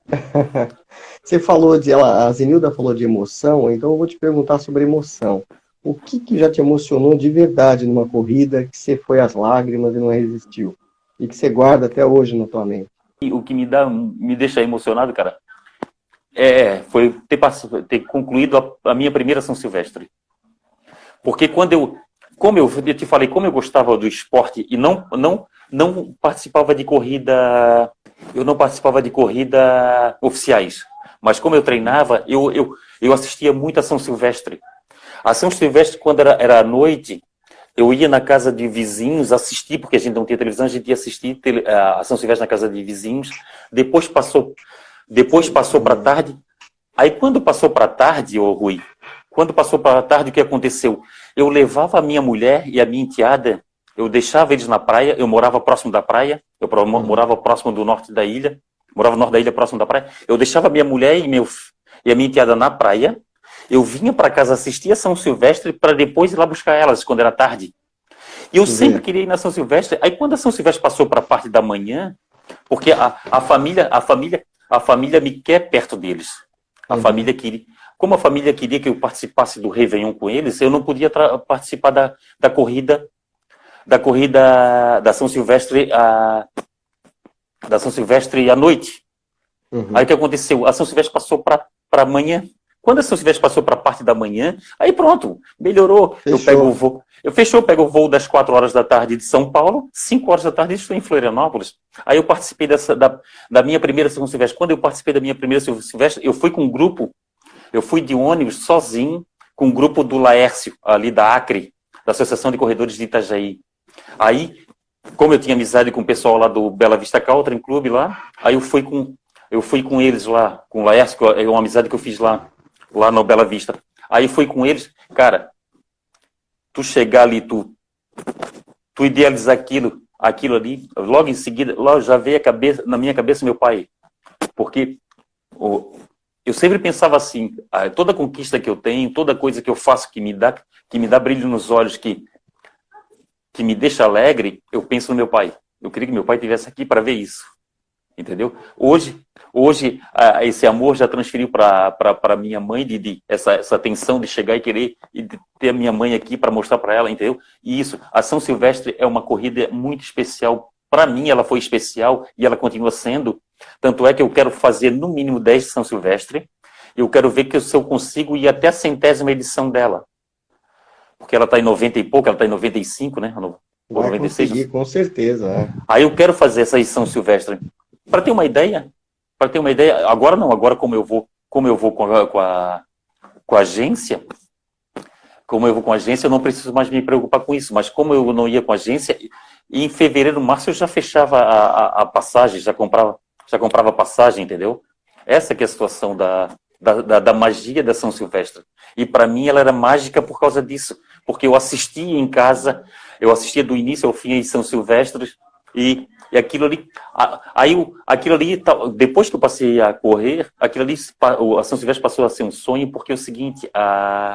S1: Você falou de... Ela, a Zenilda falou de emoção, então eu vou te perguntar sobre emoção. O que, que já te emocionou de verdade numa corrida, que você foi às lágrimas e não resistiu? E que você guarda até hoje na tua mente?
S2: E o que me, dá, me deixa emocionado, cara, é, foi ter, passado, ter concluído a, a minha primeira São Silvestre. Porque quando eu, como eu, eu te falei, como eu gostava do esporte e não, não, não participava de corrida, eu não participava de corrida oficiais, mas como eu treinava, eu, eu, eu assistia muito a São Silvestre. A São Silvestre, quando era, era à noite, eu ia na casa de vizinhos assistir, porque a gente não tinha televisão, a gente ia assistir a São Silvestre na casa de vizinhos. Depois passou, depois passou para tarde. Aí quando passou para tarde, ô Rui, quando passou para a tarde, o que aconteceu? Eu levava a minha mulher e a minha enteada, eu deixava eles na praia, eu morava próximo da praia, eu morava próximo do norte da ilha, morava no norte da ilha, próximo da praia, eu deixava a minha mulher e, meu, e a minha enteada na praia, eu vinha para casa assistir a São Silvestre para depois ir lá buscar elas, quando era tarde. E eu Sim. sempre queria ir na São Silvestre, aí quando a São Silvestre passou para a parte da manhã, porque a, a, família, a, família, a família me quer perto deles, a uhum. família queria... Como a família queria que eu participasse do Réveillon com eles, eu não podia participar da, da corrida da corrida da São Silvestre a, da São Silvestre à noite. Uhum. Aí o que aconteceu? A São Silvestre passou para amanhã. Quando a São Silvestre passou para a parte da manhã, aí pronto, melhorou.
S1: Fechou.
S2: Eu pego o voo, eu fechou, eu pego o voo das quatro horas da tarde de São Paulo, cinco horas da tarde estou em Florianópolis. Aí eu participei dessa, da, da minha primeira São Silvestre. Quando eu participei da minha primeira São Silvestre, eu fui com um grupo, eu fui de ônibus sozinho, com um grupo do Laércio, ali da Acre, da Associação de Corredores de Itajaí. Aí, como eu tinha amizade com o pessoal lá do Bela Vista Country Club lá, aí eu fui com, eu fui com eles lá, com o Laércio, é uma amizade que eu fiz lá, lá no Bela Vista. Aí fui com eles, cara, tu chegar ali, tu, tu idealizar aquilo, aquilo ali, logo em seguida, logo já veio a cabeça, na minha cabeça meu pai, porque o, eu sempre pensava assim, toda conquista que eu tenho, toda coisa que eu faço que me dá, que me dá brilho nos olhos, que, que me deixa alegre, eu penso no meu pai. Eu queria que meu pai estivesse aqui para ver isso. Entendeu? Hoje, hoje esse amor já transferiu para minha mãe, de, de essa, essa tensão de chegar e querer e de ter a minha mãe aqui para mostrar para ela, entendeu? E isso, a São Silvestre é uma corrida muito especial. Para mim, ela foi especial e ela continua sendo. Tanto é que eu quero fazer no mínimo dez de São Silvestre. Eu quero ver que se eu consigo ir até a centésima edição dela. Porque ela está em noventa e pouco, ela está em noventa e cinco, né? Ou
S1: Vai
S2: noventa e seis.
S1: conseguir, com certeza. É.
S2: Aí eu quero fazer essa São Silvestre. Para ter uma ideia, para ter uma ideia, agora não, agora como eu vou, como eu vou com a, com a, com a agência, como eu vou com a agência, eu não preciso mais me preocupar com isso. Mas como eu não ia com a agência, em fevereiro, março eu já fechava a, a, a passagem, já comprava, já comprava passagem, entendeu? Essa que é a situação da, da, da, da magia da São Silvestre. E para mim ela era mágica por causa disso, porque eu assistia em casa, eu assistia do início ao fim em São Silvestre e E aquilo ali, aí aquilo ali, depois que eu passei a correr, aquilo ali, a São Silvestre passou a ser um sonho, porque é o seguinte, a...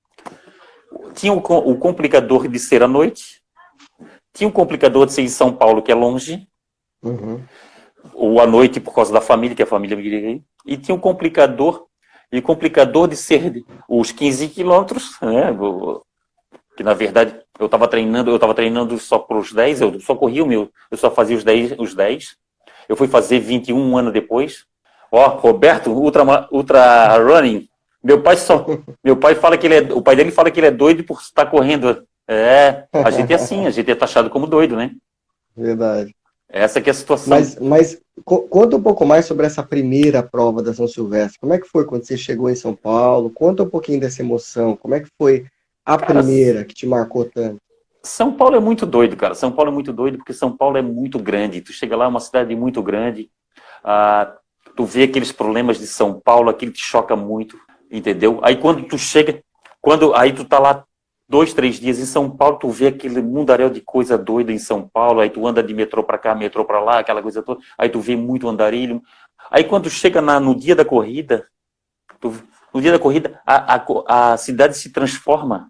S2: tinha o, o complicador de ser à noite, tinha o complicador de ser em São Paulo, que é longe, uhum. ou à noite por causa da família, que a família me queria ir, e tinha o complicador, e o complicador de ser os quinze quilômetros, né, que na verdade eu estava treinando, eu estava treinando só para os dez, eu só corria o meu, eu só fazia os dez, os dez. Eu fui fazer vinte e um um ano depois. Ó, Roberto, ultra, ultra running. Meu pai só, meu pai fala que ele é, o pai dele fala que ele é doido por estar correndo. É, a gente é assim, a gente é taxado como doido, né?
S1: Verdade.
S2: Essa que é a situação.
S1: Mas, mas conta um pouco mais sobre essa primeira prova da São Silvestre. Como é que foi quando você chegou em São Paulo? Conta um pouquinho dessa emoção. Como é que foi a cara, primeira que te marcou tanto?
S2: São Paulo é muito doido, cara. São Paulo é muito doido porque São Paulo é muito grande. Tu chega lá, é uma cidade muito grande. Ah, tu vê aqueles problemas de São Paulo, aquilo te choca muito, entendeu? Aí quando tu chega, quando aí tu tá lá dois, três dias em São Paulo, tu vê aquele mundaréu de coisa doida em São Paulo. Aí tu anda de metrô pra cá, metrô pra lá, aquela coisa toda. Aí tu vê muito andarilho. Aí quando chega na, no dia da corrida, tu, no dia da corrida, a, a, a cidade se transforma.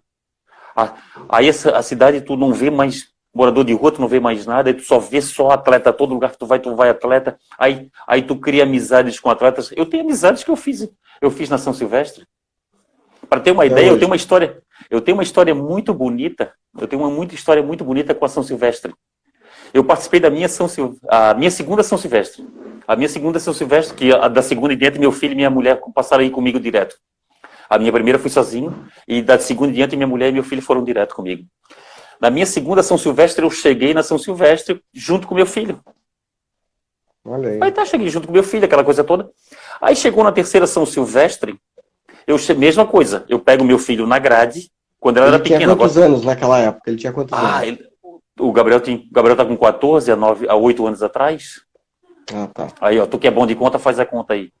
S2: Aí essa, a cidade tu não vê mais morador de rua, tu não vê mais nada, aí tu só vê só atleta, todo lugar que tu vai, tu vai atleta, aí, aí tu cria amizades com atletas. Eu tenho amizades que eu fiz, eu fiz na São Silvestre. Para ter uma é ideia, hoje. eu tenho uma história, eu tenho uma história muito bonita, eu tenho uma muita história muito bonita com a São Silvestre. Eu participei da minha São Sil... a minha segunda São Silvestre. A minha segunda São Silvestre, que a da segunda em diante, meu filho e minha mulher passaram aí comigo direto. A minha primeira fui sozinho, e da segunda em diante, minha mulher e meu filho foram direto comigo. Na minha segunda São Silvestre, eu cheguei na São Silvestre junto com meu filho.
S1: Olha aí.
S2: Aí tá, cheguei junto com meu filho, aquela coisa toda. Aí chegou na terceira São Silvestre, eu che... mesma coisa, eu pego meu filho na grade, quando ela
S1: ele
S2: era pequena.
S1: Ele tinha quantos agora... anos naquela época? Ele tinha quantos
S2: ah,
S1: anos?
S2: Ele... O Gabriel tem... o Gabriel tá com quatorze, a, nove... a oito anos atrás.
S1: Ah, tá.
S2: Aí, ó, tu que é bom de conta, faz a conta aí.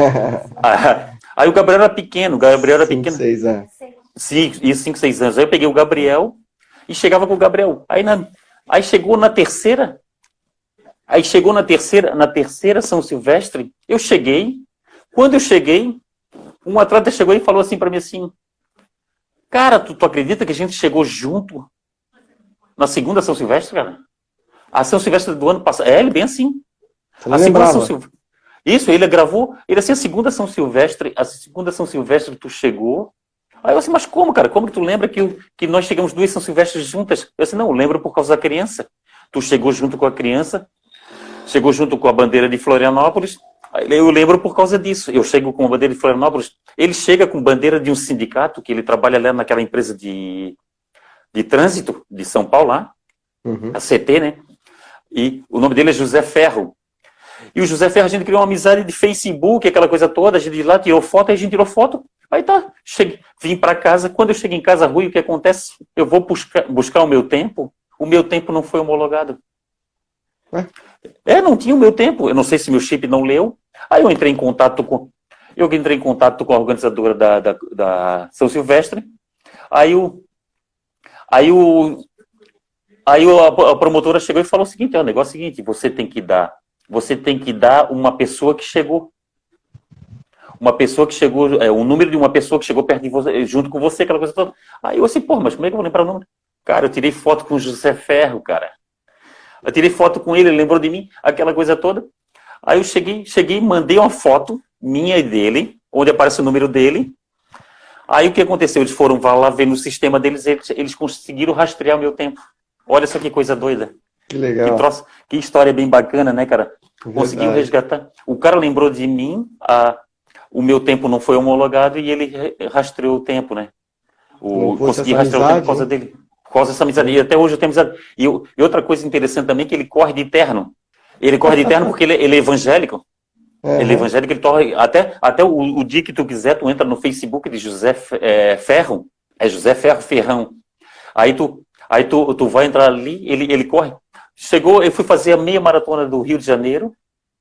S2: ah, aí o Gabriel era pequeno, o Gabriel era
S1: cinco,
S2: pequeno.
S1: seis anos.
S2: Sim, isso, cinco, seis anos. Aí eu peguei o Gabriel e chegava com o Gabriel. Aí, na... aí chegou na terceira, aí chegou na terceira, na terceira São Silvestre, eu cheguei, quando eu cheguei, um atleta chegou e falou assim para mim assim, cara, tu, tu acredita que a gente chegou junto na segunda São Silvestre, cara? A São Silvestre do ano passado, é, ele bem assim.
S1: Você não
S2: a segunda
S1: lembrava.
S2: São Silvestre. Isso, ele gravou, ele assim, a segunda São Silvestre, a segunda São Silvestre tu chegou. Aí eu assim, mas como, cara? Como que tu lembra que, que nós chegamos duas São Silvestres juntas? Eu assim, não, eu lembro por causa da criança. Tu chegou junto com a criança, chegou junto com a bandeira de Florianópolis, Eu lembro por causa disso. Eu chego com a bandeira de Florianópolis, ele chega com bandeira de um sindicato, que ele trabalha lá naquela empresa de, de trânsito de São Paulo, lá, uhum. a C T, né? E o nome dele é José Ferro. E o José Ferro, a gente criou uma amizade de Facebook, aquela coisa toda, a gente lá tirou foto, aí a gente tirou foto, aí tá, cheguei, vim para casa. Quando eu chego em casa, Rui, o que acontece? Eu vou buscar, buscar o meu tempo, o meu tempo não foi homologado. É? É, não tinha o meu tempo, eu não sei se meu chip não leu. Aí eu entrei em contato com, eu entrei em contato com a organizadora da, da, da São Silvestre, aí o, aí o, aí o, a promotora chegou e falou o seguinte, é o negócio é o seguinte, você tem que dar Você tem que dar uma pessoa que chegou. Uma pessoa que chegou, é, o número de uma pessoa que chegou perto de você, junto com você, aquela coisa toda. Aí eu assim, pô, mas como é que eu vou lembrar o número? Cara, eu tirei foto com o José Ferro, cara. Eu tirei foto com ele, ele lembrou de mim, aquela coisa toda. Aí eu cheguei, cheguei, mandei uma foto minha e dele, onde aparece o número dele. Aí o que aconteceu? Eles foram lá ver no sistema deles, eles, eles conseguiram rastrear o meu tempo. Olha só que coisa doida.
S1: Que legal.
S2: Que, troço, que história bem bacana, né, cara? Conseguiu resgatar. O cara lembrou de mim, a, o meu tempo não foi homologado e ele rastreou o tempo, né? O, consegui rastrear amizade, o tempo por causa hein? dele. Por causa dessa amizade. E até hoje eu tenho amizade. E, eu, e outra coisa interessante também é que ele corre de terno. Ele corre de terno porque ele, ele é evangélico. Uhum. Ele é evangélico, ele torre. Até, até o, o dia que tu quiser, tu entra no Facebook de José é, Ferro. É José Ferro Ferrão. Aí tu, aí tu, tu vai entrar ali, ele, ele corre. Chegou, eu fui fazer a meia maratona do Rio de Janeiro.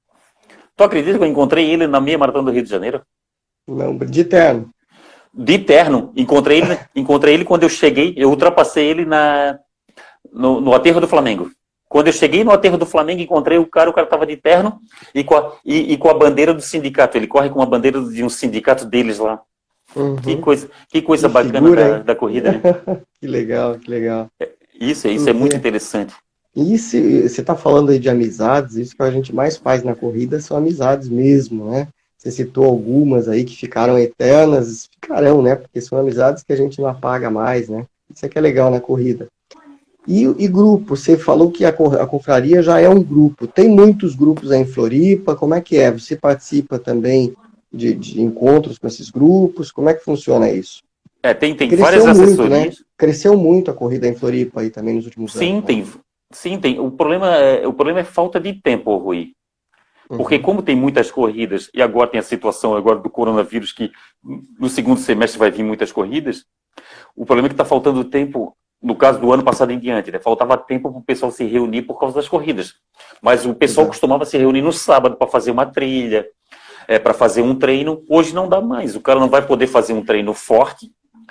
S2: Tu acredita que eu encontrei ele na meia maratona do Rio de Janeiro?
S1: Não, de terno.
S2: De terno. Encontrei ele, encontrei ele quando eu cheguei, eu ultrapassei ele na, no, no aterro do Flamengo. Quando eu cheguei no aterro do Flamengo, encontrei o cara, o cara estava de terno e com, a, e, e com a bandeira do sindicato. Ele corre com a bandeira de um sindicato deles lá. Uhum. Que coisa, que coisa que bacana figura, da, da corrida, né?
S1: Que legal, que legal.
S2: Isso, isso é muito interessante.
S1: E se você está falando aí de amizades, isso que a gente mais faz na corrida são amizades mesmo, né? Você citou algumas aí que ficaram eternas, ficarão, né? Porque são amizades que a gente não apaga mais, né? Isso é que é legal na corrida. E, e grupo, você falou que a, a confraria já é um grupo. Tem muitos grupos aí em Floripa, como é que é? Você participa também de, de encontros com esses grupos? Como é que funciona isso?
S2: É, tem, tem várias
S1: muito,
S2: assessorias.
S1: Né? Cresceu muito a corrida em Floripa aí também nos últimos
S2: Sim,
S1: anos.
S2: Sim, tem. Sim, tem. O problema é, o problema é falta de tempo, Rui. Porque uhum. como tem muitas corridas, e agora tem a situação agora do coronavírus, que no segundo semestre vai vir muitas corridas, o problema é que está faltando tempo, no caso do ano passado em diante, né? Faltava tempo para o pessoal se reunir por causa das corridas. Mas o pessoal uhum. costumava se reunir no sábado para fazer uma trilha, é, para fazer um treino. Hoje não dá mais. O cara não vai poder fazer um treino forte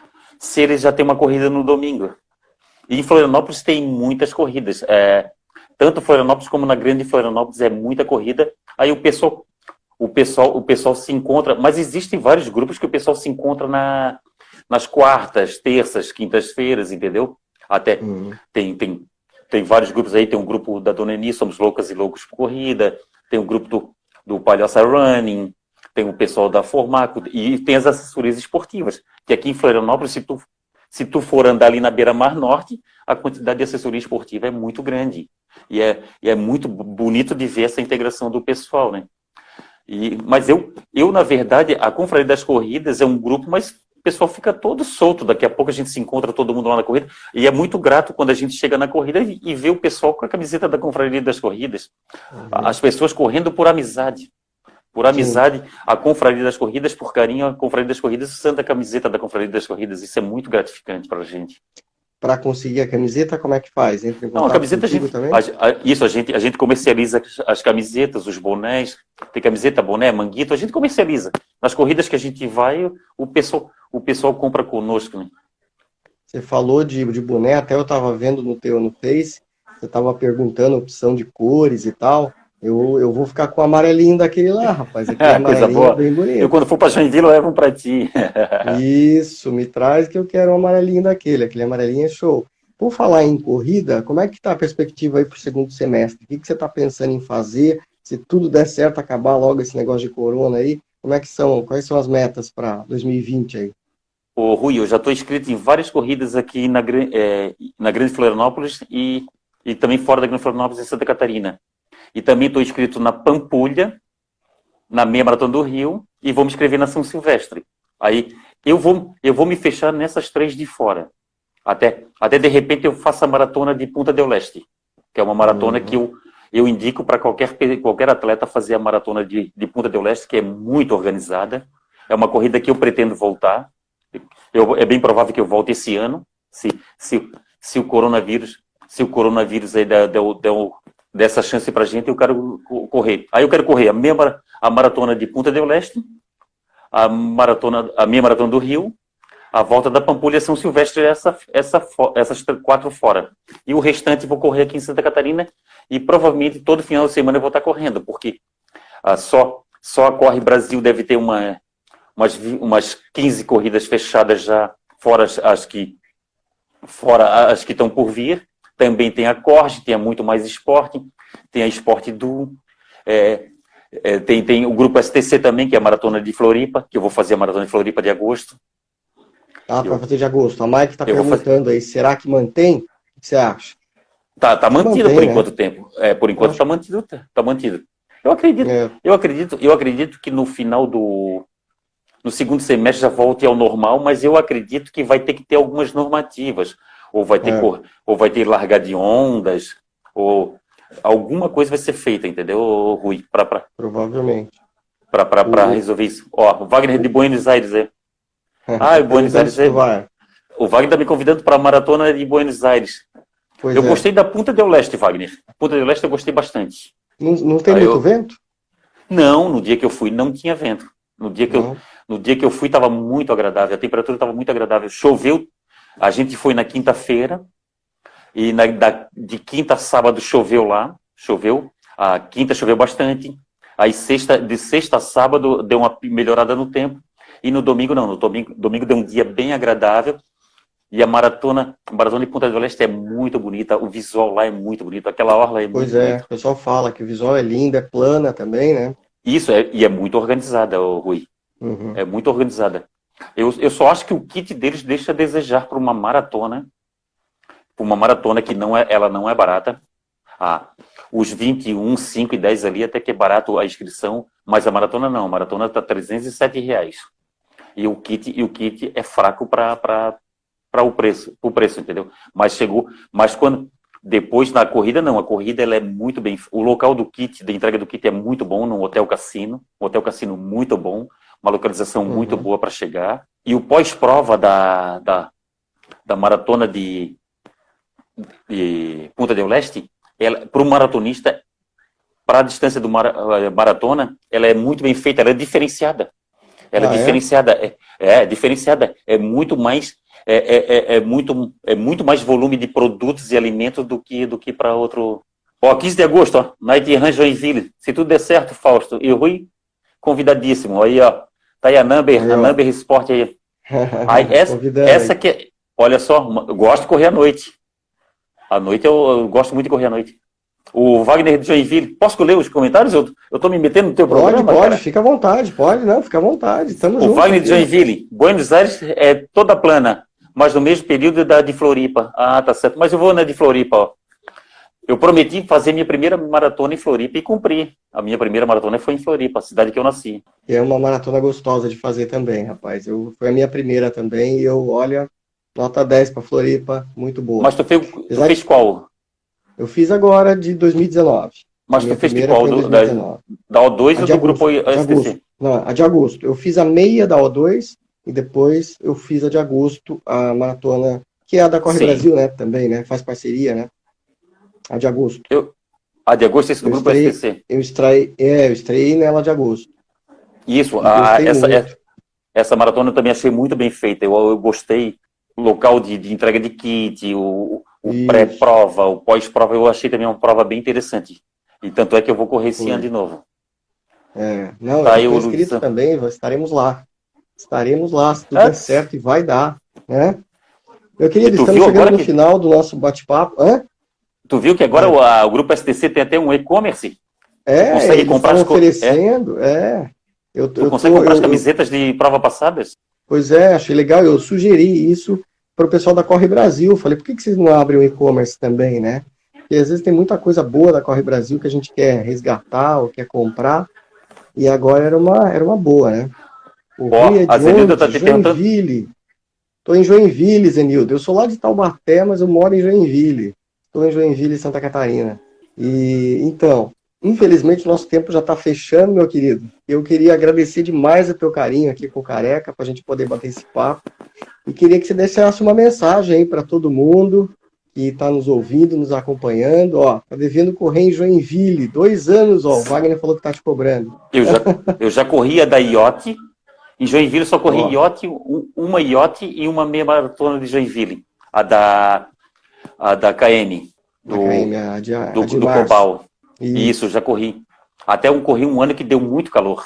S2: se ele já tem uma corrida no domingo. E em Florianópolis tem muitas corridas. É, tanto Florianópolis como na Grande Florianópolis é muita corrida. Aí o pessoal, o pessoal, o pessoal se encontra. Mas existem vários grupos que o pessoal se encontra na, nas quartas, terças, quintas-feiras, entendeu? Até uhum. tem, tem, tem vários grupos aí. Tem um grupo da Dona Eni, Somos Loucas e Loucos por Corrida. Tem um grupo do, do Palhoça Running. Tem o pessoal da Formaco. E tem as assessorias esportivas. Que aqui em Florianópolis, se tu Se tu for andar ali na beira-mar norte, a quantidade de assessoria esportiva é muito grande. E é, e é muito bonito de ver essa integração do pessoal, né? E, mas eu, eu, na verdade, a Confraria das Corridas é um grupo, mas o pessoal fica todo solto. Daqui a pouco a gente se encontra todo mundo lá na corrida. E é muito grato quando a gente chega na corrida e, e vê o pessoal com a camiseta da Confraria das Corridas. Uhum. As pessoas correndo por amizade. Por amizade, Sim. a Confraria das Corridas, por carinho, a Confraria das Corridas, usando a camiseta da Confraria das Corridas. Isso é muito gratificante para a gente.
S1: Para conseguir a camiseta, como é que faz? Entra em contato
S2: Não, a camiseta a gente,
S1: também?
S2: A, a, isso, a gente, a gente comercializa as camisetas, os bonés, tem camiseta, boné, manguito, a gente comercializa. Nas corridas que a gente vai, o pessoal, o pessoal compra conosco, né?
S1: Você falou de, de boné, até eu estava vendo no teu no Face, você estava perguntando a opção de cores e tal. Eu, eu vou ficar com o amarelinho daquele lá, rapaz. Aquele amarelinho é bem bonito.
S2: Eu, quando for para Joinville, eu levo um para ti.
S1: Isso, me traz que eu quero um amarelinho daquele. Aquele amarelinho é show. Por falar em corrida, como é que está a perspectiva aí para o segundo semestre? O que, que você está pensando em fazer? Se tudo der certo, acabar logo esse negócio de corona aí, como é que são? Quais são as metas para dois mil e vinte aí?
S2: Ô, Rui, eu já estou inscrito em várias corridas aqui na, é, na Grande Florianópolis e, e também fora da Grande Florianópolis em Santa Catarina. E também estou inscrito na Pampulha, na meia maratona do Rio e vou me inscrever na São Silvestre. Aí eu vou, eu vou me fechar nessas três de fora. Até, até de repente eu faço a maratona de Punta del Este, que é uma maratona uhum. que eu, eu indico para qualquer, qualquer atleta fazer a maratona de, de Punta del Este, que é muito organizada. É uma corrida que eu pretendo voltar. Eu, é bem provável que eu volte esse ano, se, se, se o coronavírus, se o coronavírus aí deu, deu, deu dessa chance para a gente, eu quero correr. Aí eu quero correr a, minha, a maratona de Punta del Este, a, maratona, a minha maratona do Rio, a volta da Pampulha São Silvestre, essa, essa, essas quatro fora. E o restante vou correr aqui em Santa Catarina e provavelmente todo final de semana eu vou estar correndo, porque ah, só, só a Corre Brasil deve ter uma, umas, umas quinze corridas fechadas já, fora as, as que fora as que estão por vir. Também tem a Corge, tem a Muito Mais Esporte, tem a Esporte Duo, é, é, tem, tem o grupo S T C também, que é a Maratona de Floripa, que eu vou fazer a Maratona de Floripa de agosto.
S1: Ah, para fazer de agosto. A Mike está perguntando fazer... aí, será que mantém? O que você acha?
S2: Tá, tá mantido mantém, por enquanto né? tempo. É, por enquanto está mantido, tá mantido. Eu acredito, é. eu acredito, eu acredito que no final do no segundo semestre já volte ao normal, mas eu acredito que vai ter que ter algumas normativas, ou vai ter é. cor, ou vai ter largar de ondas, ou alguma coisa vai ser feita, entendeu, Rui? Pra, pra,
S1: Provavelmente.
S2: Para resolver isso. Ó, o Wagner de Buenos Aires é. Ah, o Buenos Aires é. O Wagner está me convidando para a maratona de Buenos Aires. Pois eu é. gostei da Punta del Este, Wagner. Punta del Este eu gostei bastante.
S1: Não, não tem Aí muito eu... vento?
S2: Não, no dia que eu fui não tinha vento. No dia que, eu, no dia que eu fui estava muito agradável, a temperatura estava muito agradável. Choveu, a gente foi na quinta-feira, e na, da, de quinta a sábado choveu lá, choveu. A quinta choveu bastante. Aí sexta, de sexta a sábado deu uma melhorada no tempo. E no domingo não, no domingo, domingo deu um dia bem agradável. E a maratona, a maratona de Punta del Este é muito bonita, o visual lá é muito bonito, aquela orla é
S1: pois
S2: muito
S1: é,
S2: bonita.
S1: O pessoal fala que o visual é lindo, é plana também, né?
S2: Isso, é, e é muito organizada, Rui. Uhum. É muito organizada. Eu, eu só acho que o kit deles deixa a desejar para uma maratona, para uma maratona que não é, ela não é barata. Ah, os vinte e um, cinco e dez ali até que é barato a inscrição, mas a maratona não, a maratona está trezentos e sete reais. E o kit, e o kit é fraco para o preço, o preço, entendeu? Mas chegou, mas quando depois na corrida não, a corrida ela é muito bem, o local do kit, da entrega do kit é muito bom no Hotel Cassino, um Hotel Cassino muito bom, uma localização uhum. muito boa para chegar. E o pós-prova da, da, da maratona de, de Punta del Este, para o maratonista, para a distância do mar, maratona, ela é muito bem feita, ela é diferenciada. Ela ah, é diferenciada, é? É, é diferenciada, é muito mais, é, é, é, muito, é muito mais volume de produtos e alimentos do que, do que para outro. Ó, quinze de agosto, ó, Night Run Joinville. Se tudo der certo, Fausto e Rui, convidadíssimo. Aí, ó, tá aí a Number, aí, a Number Sport aí. aí essa, essa que é, olha só, eu gosto de correr à noite. À noite eu, eu gosto muito de correr à noite. O Wagner de Joinville, posso ler os comentários? Eu, eu tô me metendo no teu
S1: pode,
S2: programa,
S1: Pode,
S2: cara.
S1: Fica à vontade, pode, não, fica à vontade, estamos
S2: O
S1: juntos,
S2: Wagner de Joinville, Buenos Aires é toda plana, mas no mesmo período da de Floripa. Ah, tá certo, mas eu vou na de Floripa, ó. Eu prometi fazer minha primeira maratona em Floripa e cumpri. A minha primeira maratona foi em Floripa, a cidade que eu nasci.
S1: E é uma maratona gostosa de fazer também, rapaz. Eu, foi a minha primeira também e eu, olha, nota dez para Floripa, muito boa.
S2: Mas tu fez, tu fez qual?
S1: Eu fiz agora de dois mil e dezenove.
S2: Mas tu fez de qual? Do, da, da O dois a ou do agosto, grupo S T C?
S1: Não, a de agosto. Eu fiz a meia da O dois e depois eu fiz a de agosto, a maratona, que é a da Corre Sim. Brasil, né? Também, né? Faz parceria, né? A de agosto.
S2: Eu, a de agosto é esse do eu grupo
S1: estrei,
S2: S T C?
S1: Eu estreiei, é, eu estreiei nela de agosto.
S2: Isso, a, essa, essa, essa maratona eu também achei muito bem feita. Eu, eu gostei. O local de, de entrega de kit, o, o pré-prova, o pós-prova, eu achei também uma prova bem interessante. E tanto é que eu vou correr esse Sim. ano de novo.
S1: É, não, tá eu estou inscrito também, estaremos lá. Estaremos lá, se tudo é. der certo, e vai dar, né? Meu querido, estamos chegando no que... final do nosso bate-papo. Hã?
S2: Tu viu que agora é. o, a, o Grupo S T C tem até um e-commerce?
S1: É, consegue eles comprar estão oferecendo, é. é. Eu,
S2: tu
S1: eu
S2: consegue
S1: tô,
S2: comprar
S1: eu,
S2: as camisetas eu... de prova passadas?
S1: Pois é, achei legal, eu sugeri isso para o pessoal da Corre Brasil, falei, por que, que vocês não abrem o e-commerce também, né? Porque às vezes tem muita coisa boa da Corre Brasil que a gente quer resgatar ou quer comprar, e agora era uma, era uma boa, né? O
S2: Ó,
S1: Rui é
S2: a
S1: de
S2: Zenilda
S1: onde?
S2: tá te perguntando.
S1: Joinville. Estou em Joinville, Zenildo. Eu sou lá de Taubaté, mas eu moro em Joinville. Estou em Joinville, Santa Catarina. E então, infelizmente, nosso tempo já está fechando, meu querido. Eu queria agradecer demais o teu carinho aqui com o Careca, para a gente poder bater esse papo. E queria que você deixasse uma mensagem aí para todo mundo que está nos ouvindo, nos acompanhando. Ó, tá devendo correr em Joinville. Dois anos, ó. O Wagner falou que tá te cobrando.
S2: Eu já, eu já corria da iote. Em Joinville eu só corri
S1: Ó.
S2: iote, um- uma iote e uma meia maratona de Joinville. A da, a da K M. Do,
S1: Da K M, a de, a
S2: do,
S1: de
S2: do
S1: março.
S2: Cobal.
S1: E-
S2: Isso, já corri. Até um corri um ano que deu muito calor.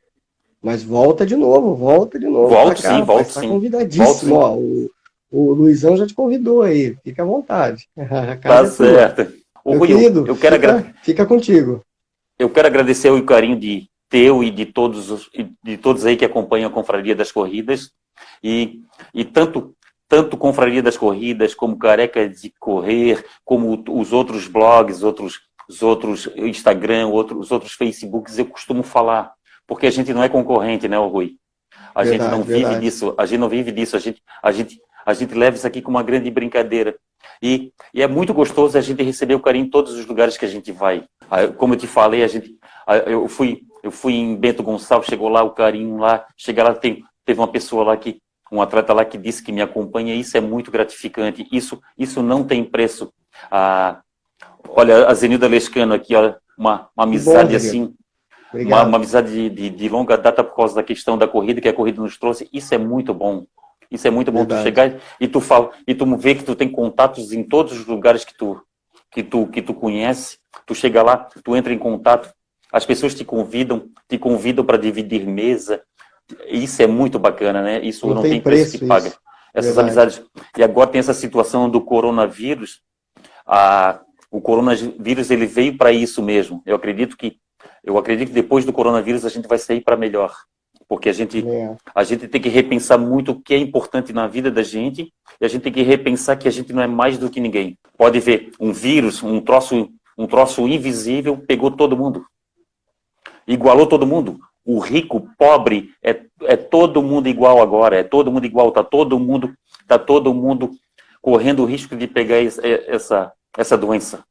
S1: Mas volta de novo, volta de novo.
S2: Volto
S1: pra cá,
S2: sim, volto
S1: Está
S2: sim.
S1: convidadíssimo.
S2: Volto
S1: Ó, o, o Luizão já te convidou aí. Fica à vontade. A
S2: Tá
S1: casa é tua.
S2: certo. Ô,
S1: Meu
S2: Rui, eu,
S1: querido,
S2: eu quero agra-
S1: fica, fica contigo.
S2: eu quero agradecer o carinho de teu e de todos, os- e de todos aí que acompanham a Confraria das Corridas. E, e tanto, tanto Confraria das Corridas, como Careca de Correr, como os outros blogs, outros, os outros Instagram, outros, os outros Facebooks, eu costumo falar. Porque a gente não é concorrente, né, ô Rui? A
S1: Verdade,
S2: gente não vive
S1: verdade.
S2: disso, a gente não vive disso, a gente, a gente, a gente leva isso aqui como uma grande brincadeira. E, e é muito gostoso a gente receber o carinho em todos os lugares que a gente vai. Ah, como eu te falei, a gente, ah, eu fui, eu fui em Bento Gonçalves, chegou lá o carinho lá, chega lá, tem, teve uma pessoa lá que, um atleta lá que disse que me acompanha, isso é muito gratificante, isso, isso não tem preço. Ah, olha, a Zenilda Lescano aqui, olha, uma, uma amizade
S1: Bom,
S2: assim, uma,
S1: Obrigado.
S2: uma amizade de, de, de longa data por causa da questão da corrida, que a corrida nos trouxe, isso é muito bom. Isso é muito bom, tu
S1: Verdade.
S2: chegar e tu fala, e tu vê que tu tem contatos em todos os lugares que tu, que tu, que tu conhece, tu chega lá, tu entra em contato, as pessoas te convidam, te convidam para dividir mesa, isso é muito bacana, né? Isso
S1: Não
S2: não,
S1: tem
S2: tem preço,
S1: preço
S2: que paga.
S1: isso.
S2: Essas
S1: Verdade.
S2: amizades. E agora tem essa situação do coronavírus, a, o coronavírus ele veio para isso mesmo. Eu acredito que eu acredito que depois do coronavírus a gente vai sair para melhor. Porque a gente,
S1: É.
S2: a gente tem que repensar muito o que é importante na vida da gente e a gente tem que repensar que a gente não é mais do que ninguém. Pode ver, um vírus, um troço, um troço invisível pegou todo mundo. Igualou todo mundo. O rico, o pobre, é, é todo mundo igual agora. É todo mundo igual. Tá todo mundo, tá todo mundo correndo o risco de pegar essa, essa doença.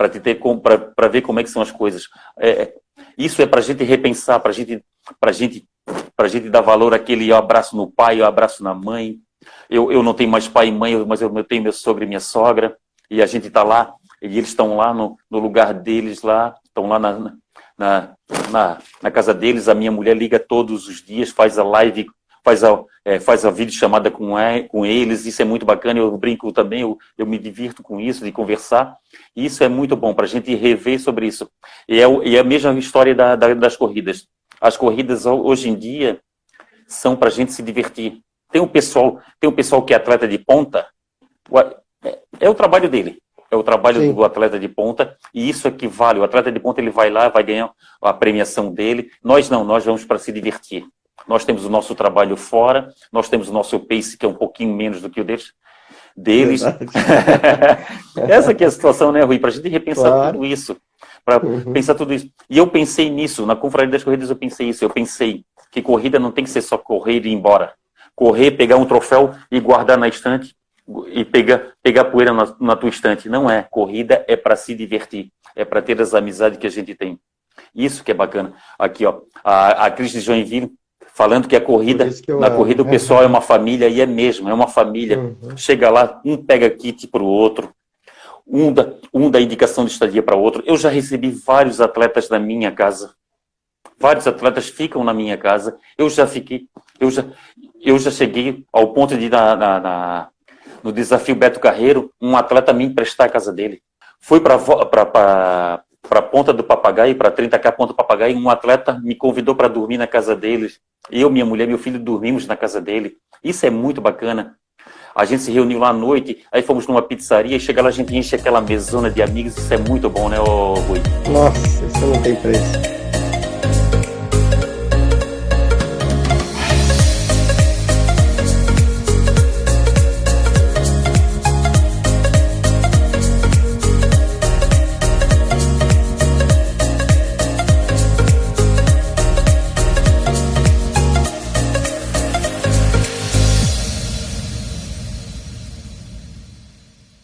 S2: Para ver como é que são as coisas. É, isso é para a gente repensar, para gente, a gente para a gente dar valor àquele abraço no pai, o abraço na mãe. Eu, eu não tenho mais pai e mãe, mas eu, eu tenho meu sogro e minha sogra, e a gente está lá, e eles estão lá no, no lugar deles, lá, estão lá na, na, na, na casa deles. A minha mulher liga todos os dias, faz a live, faz a, é, faz a videochamada com, com eles, isso é muito bacana, eu brinco também, eu, eu me divirto com isso, de conversar, e isso é muito bom, para a gente rever sobre isso. E é, e é a mesma história da, da, das corridas. As corridas hoje em dia são para a gente se divertir. Tem um pessoal, tem um pessoal que é atleta de ponta, é, é o trabalho dele, é o trabalho Sim. do atleta de ponta, e isso é que vale. O atleta de ponta ele vai lá, vai ganhar a premiação dele. Nós não, nós vamos para se divertir. Nós temos o nosso trabalho fora, nós temos o nosso pace, que é um pouquinho menos do que o deles. deles. Essa que é a situação, né, Rui? Para a gente repensar claro. tudo isso. Para uhum. pensar tudo isso. E eu pensei nisso, na Confraria das Corridas eu pensei isso, eu pensei que corrida não tem que ser só correr e ir embora. Correr, pegar um troféu e guardar na estante e pegar, pegar poeira na, na tua estante. Não é. Corrida é para se divertir, é para ter as amizades que a gente tem. Isso que é bacana. Aqui, ó, a, a Cris de Joinville falando que a corrida, que na amo. corrida o pessoal é uma família, e é mesmo, é uma família. Uhum. Chega lá, um pega kit para o outro. Um da, um da indicação de estadia para outro. Eu já recebi vários atletas na minha casa. Vários atletas ficam na minha casa. Eu já fiquei, eu já, eu já cheguei ao ponto de, na, na, na, no desafio Beto Carreiro, um atleta me emprestar a casa dele. Fui para a Ponta do Papagaio, para trinta K Ponta do Papagaio, um atleta me convidou para dormir na casa deles. Eu, minha mulher, meu filho dormimos na casa dele. Isso é muito bacana. A gente se reuniu lá à noite, aí fomos numa pizzaria, e chega lá, a gente enche aquela mesona de amigos, isso é muito bom, né, ô Rui?
S1: Nossa, isso não tem preço.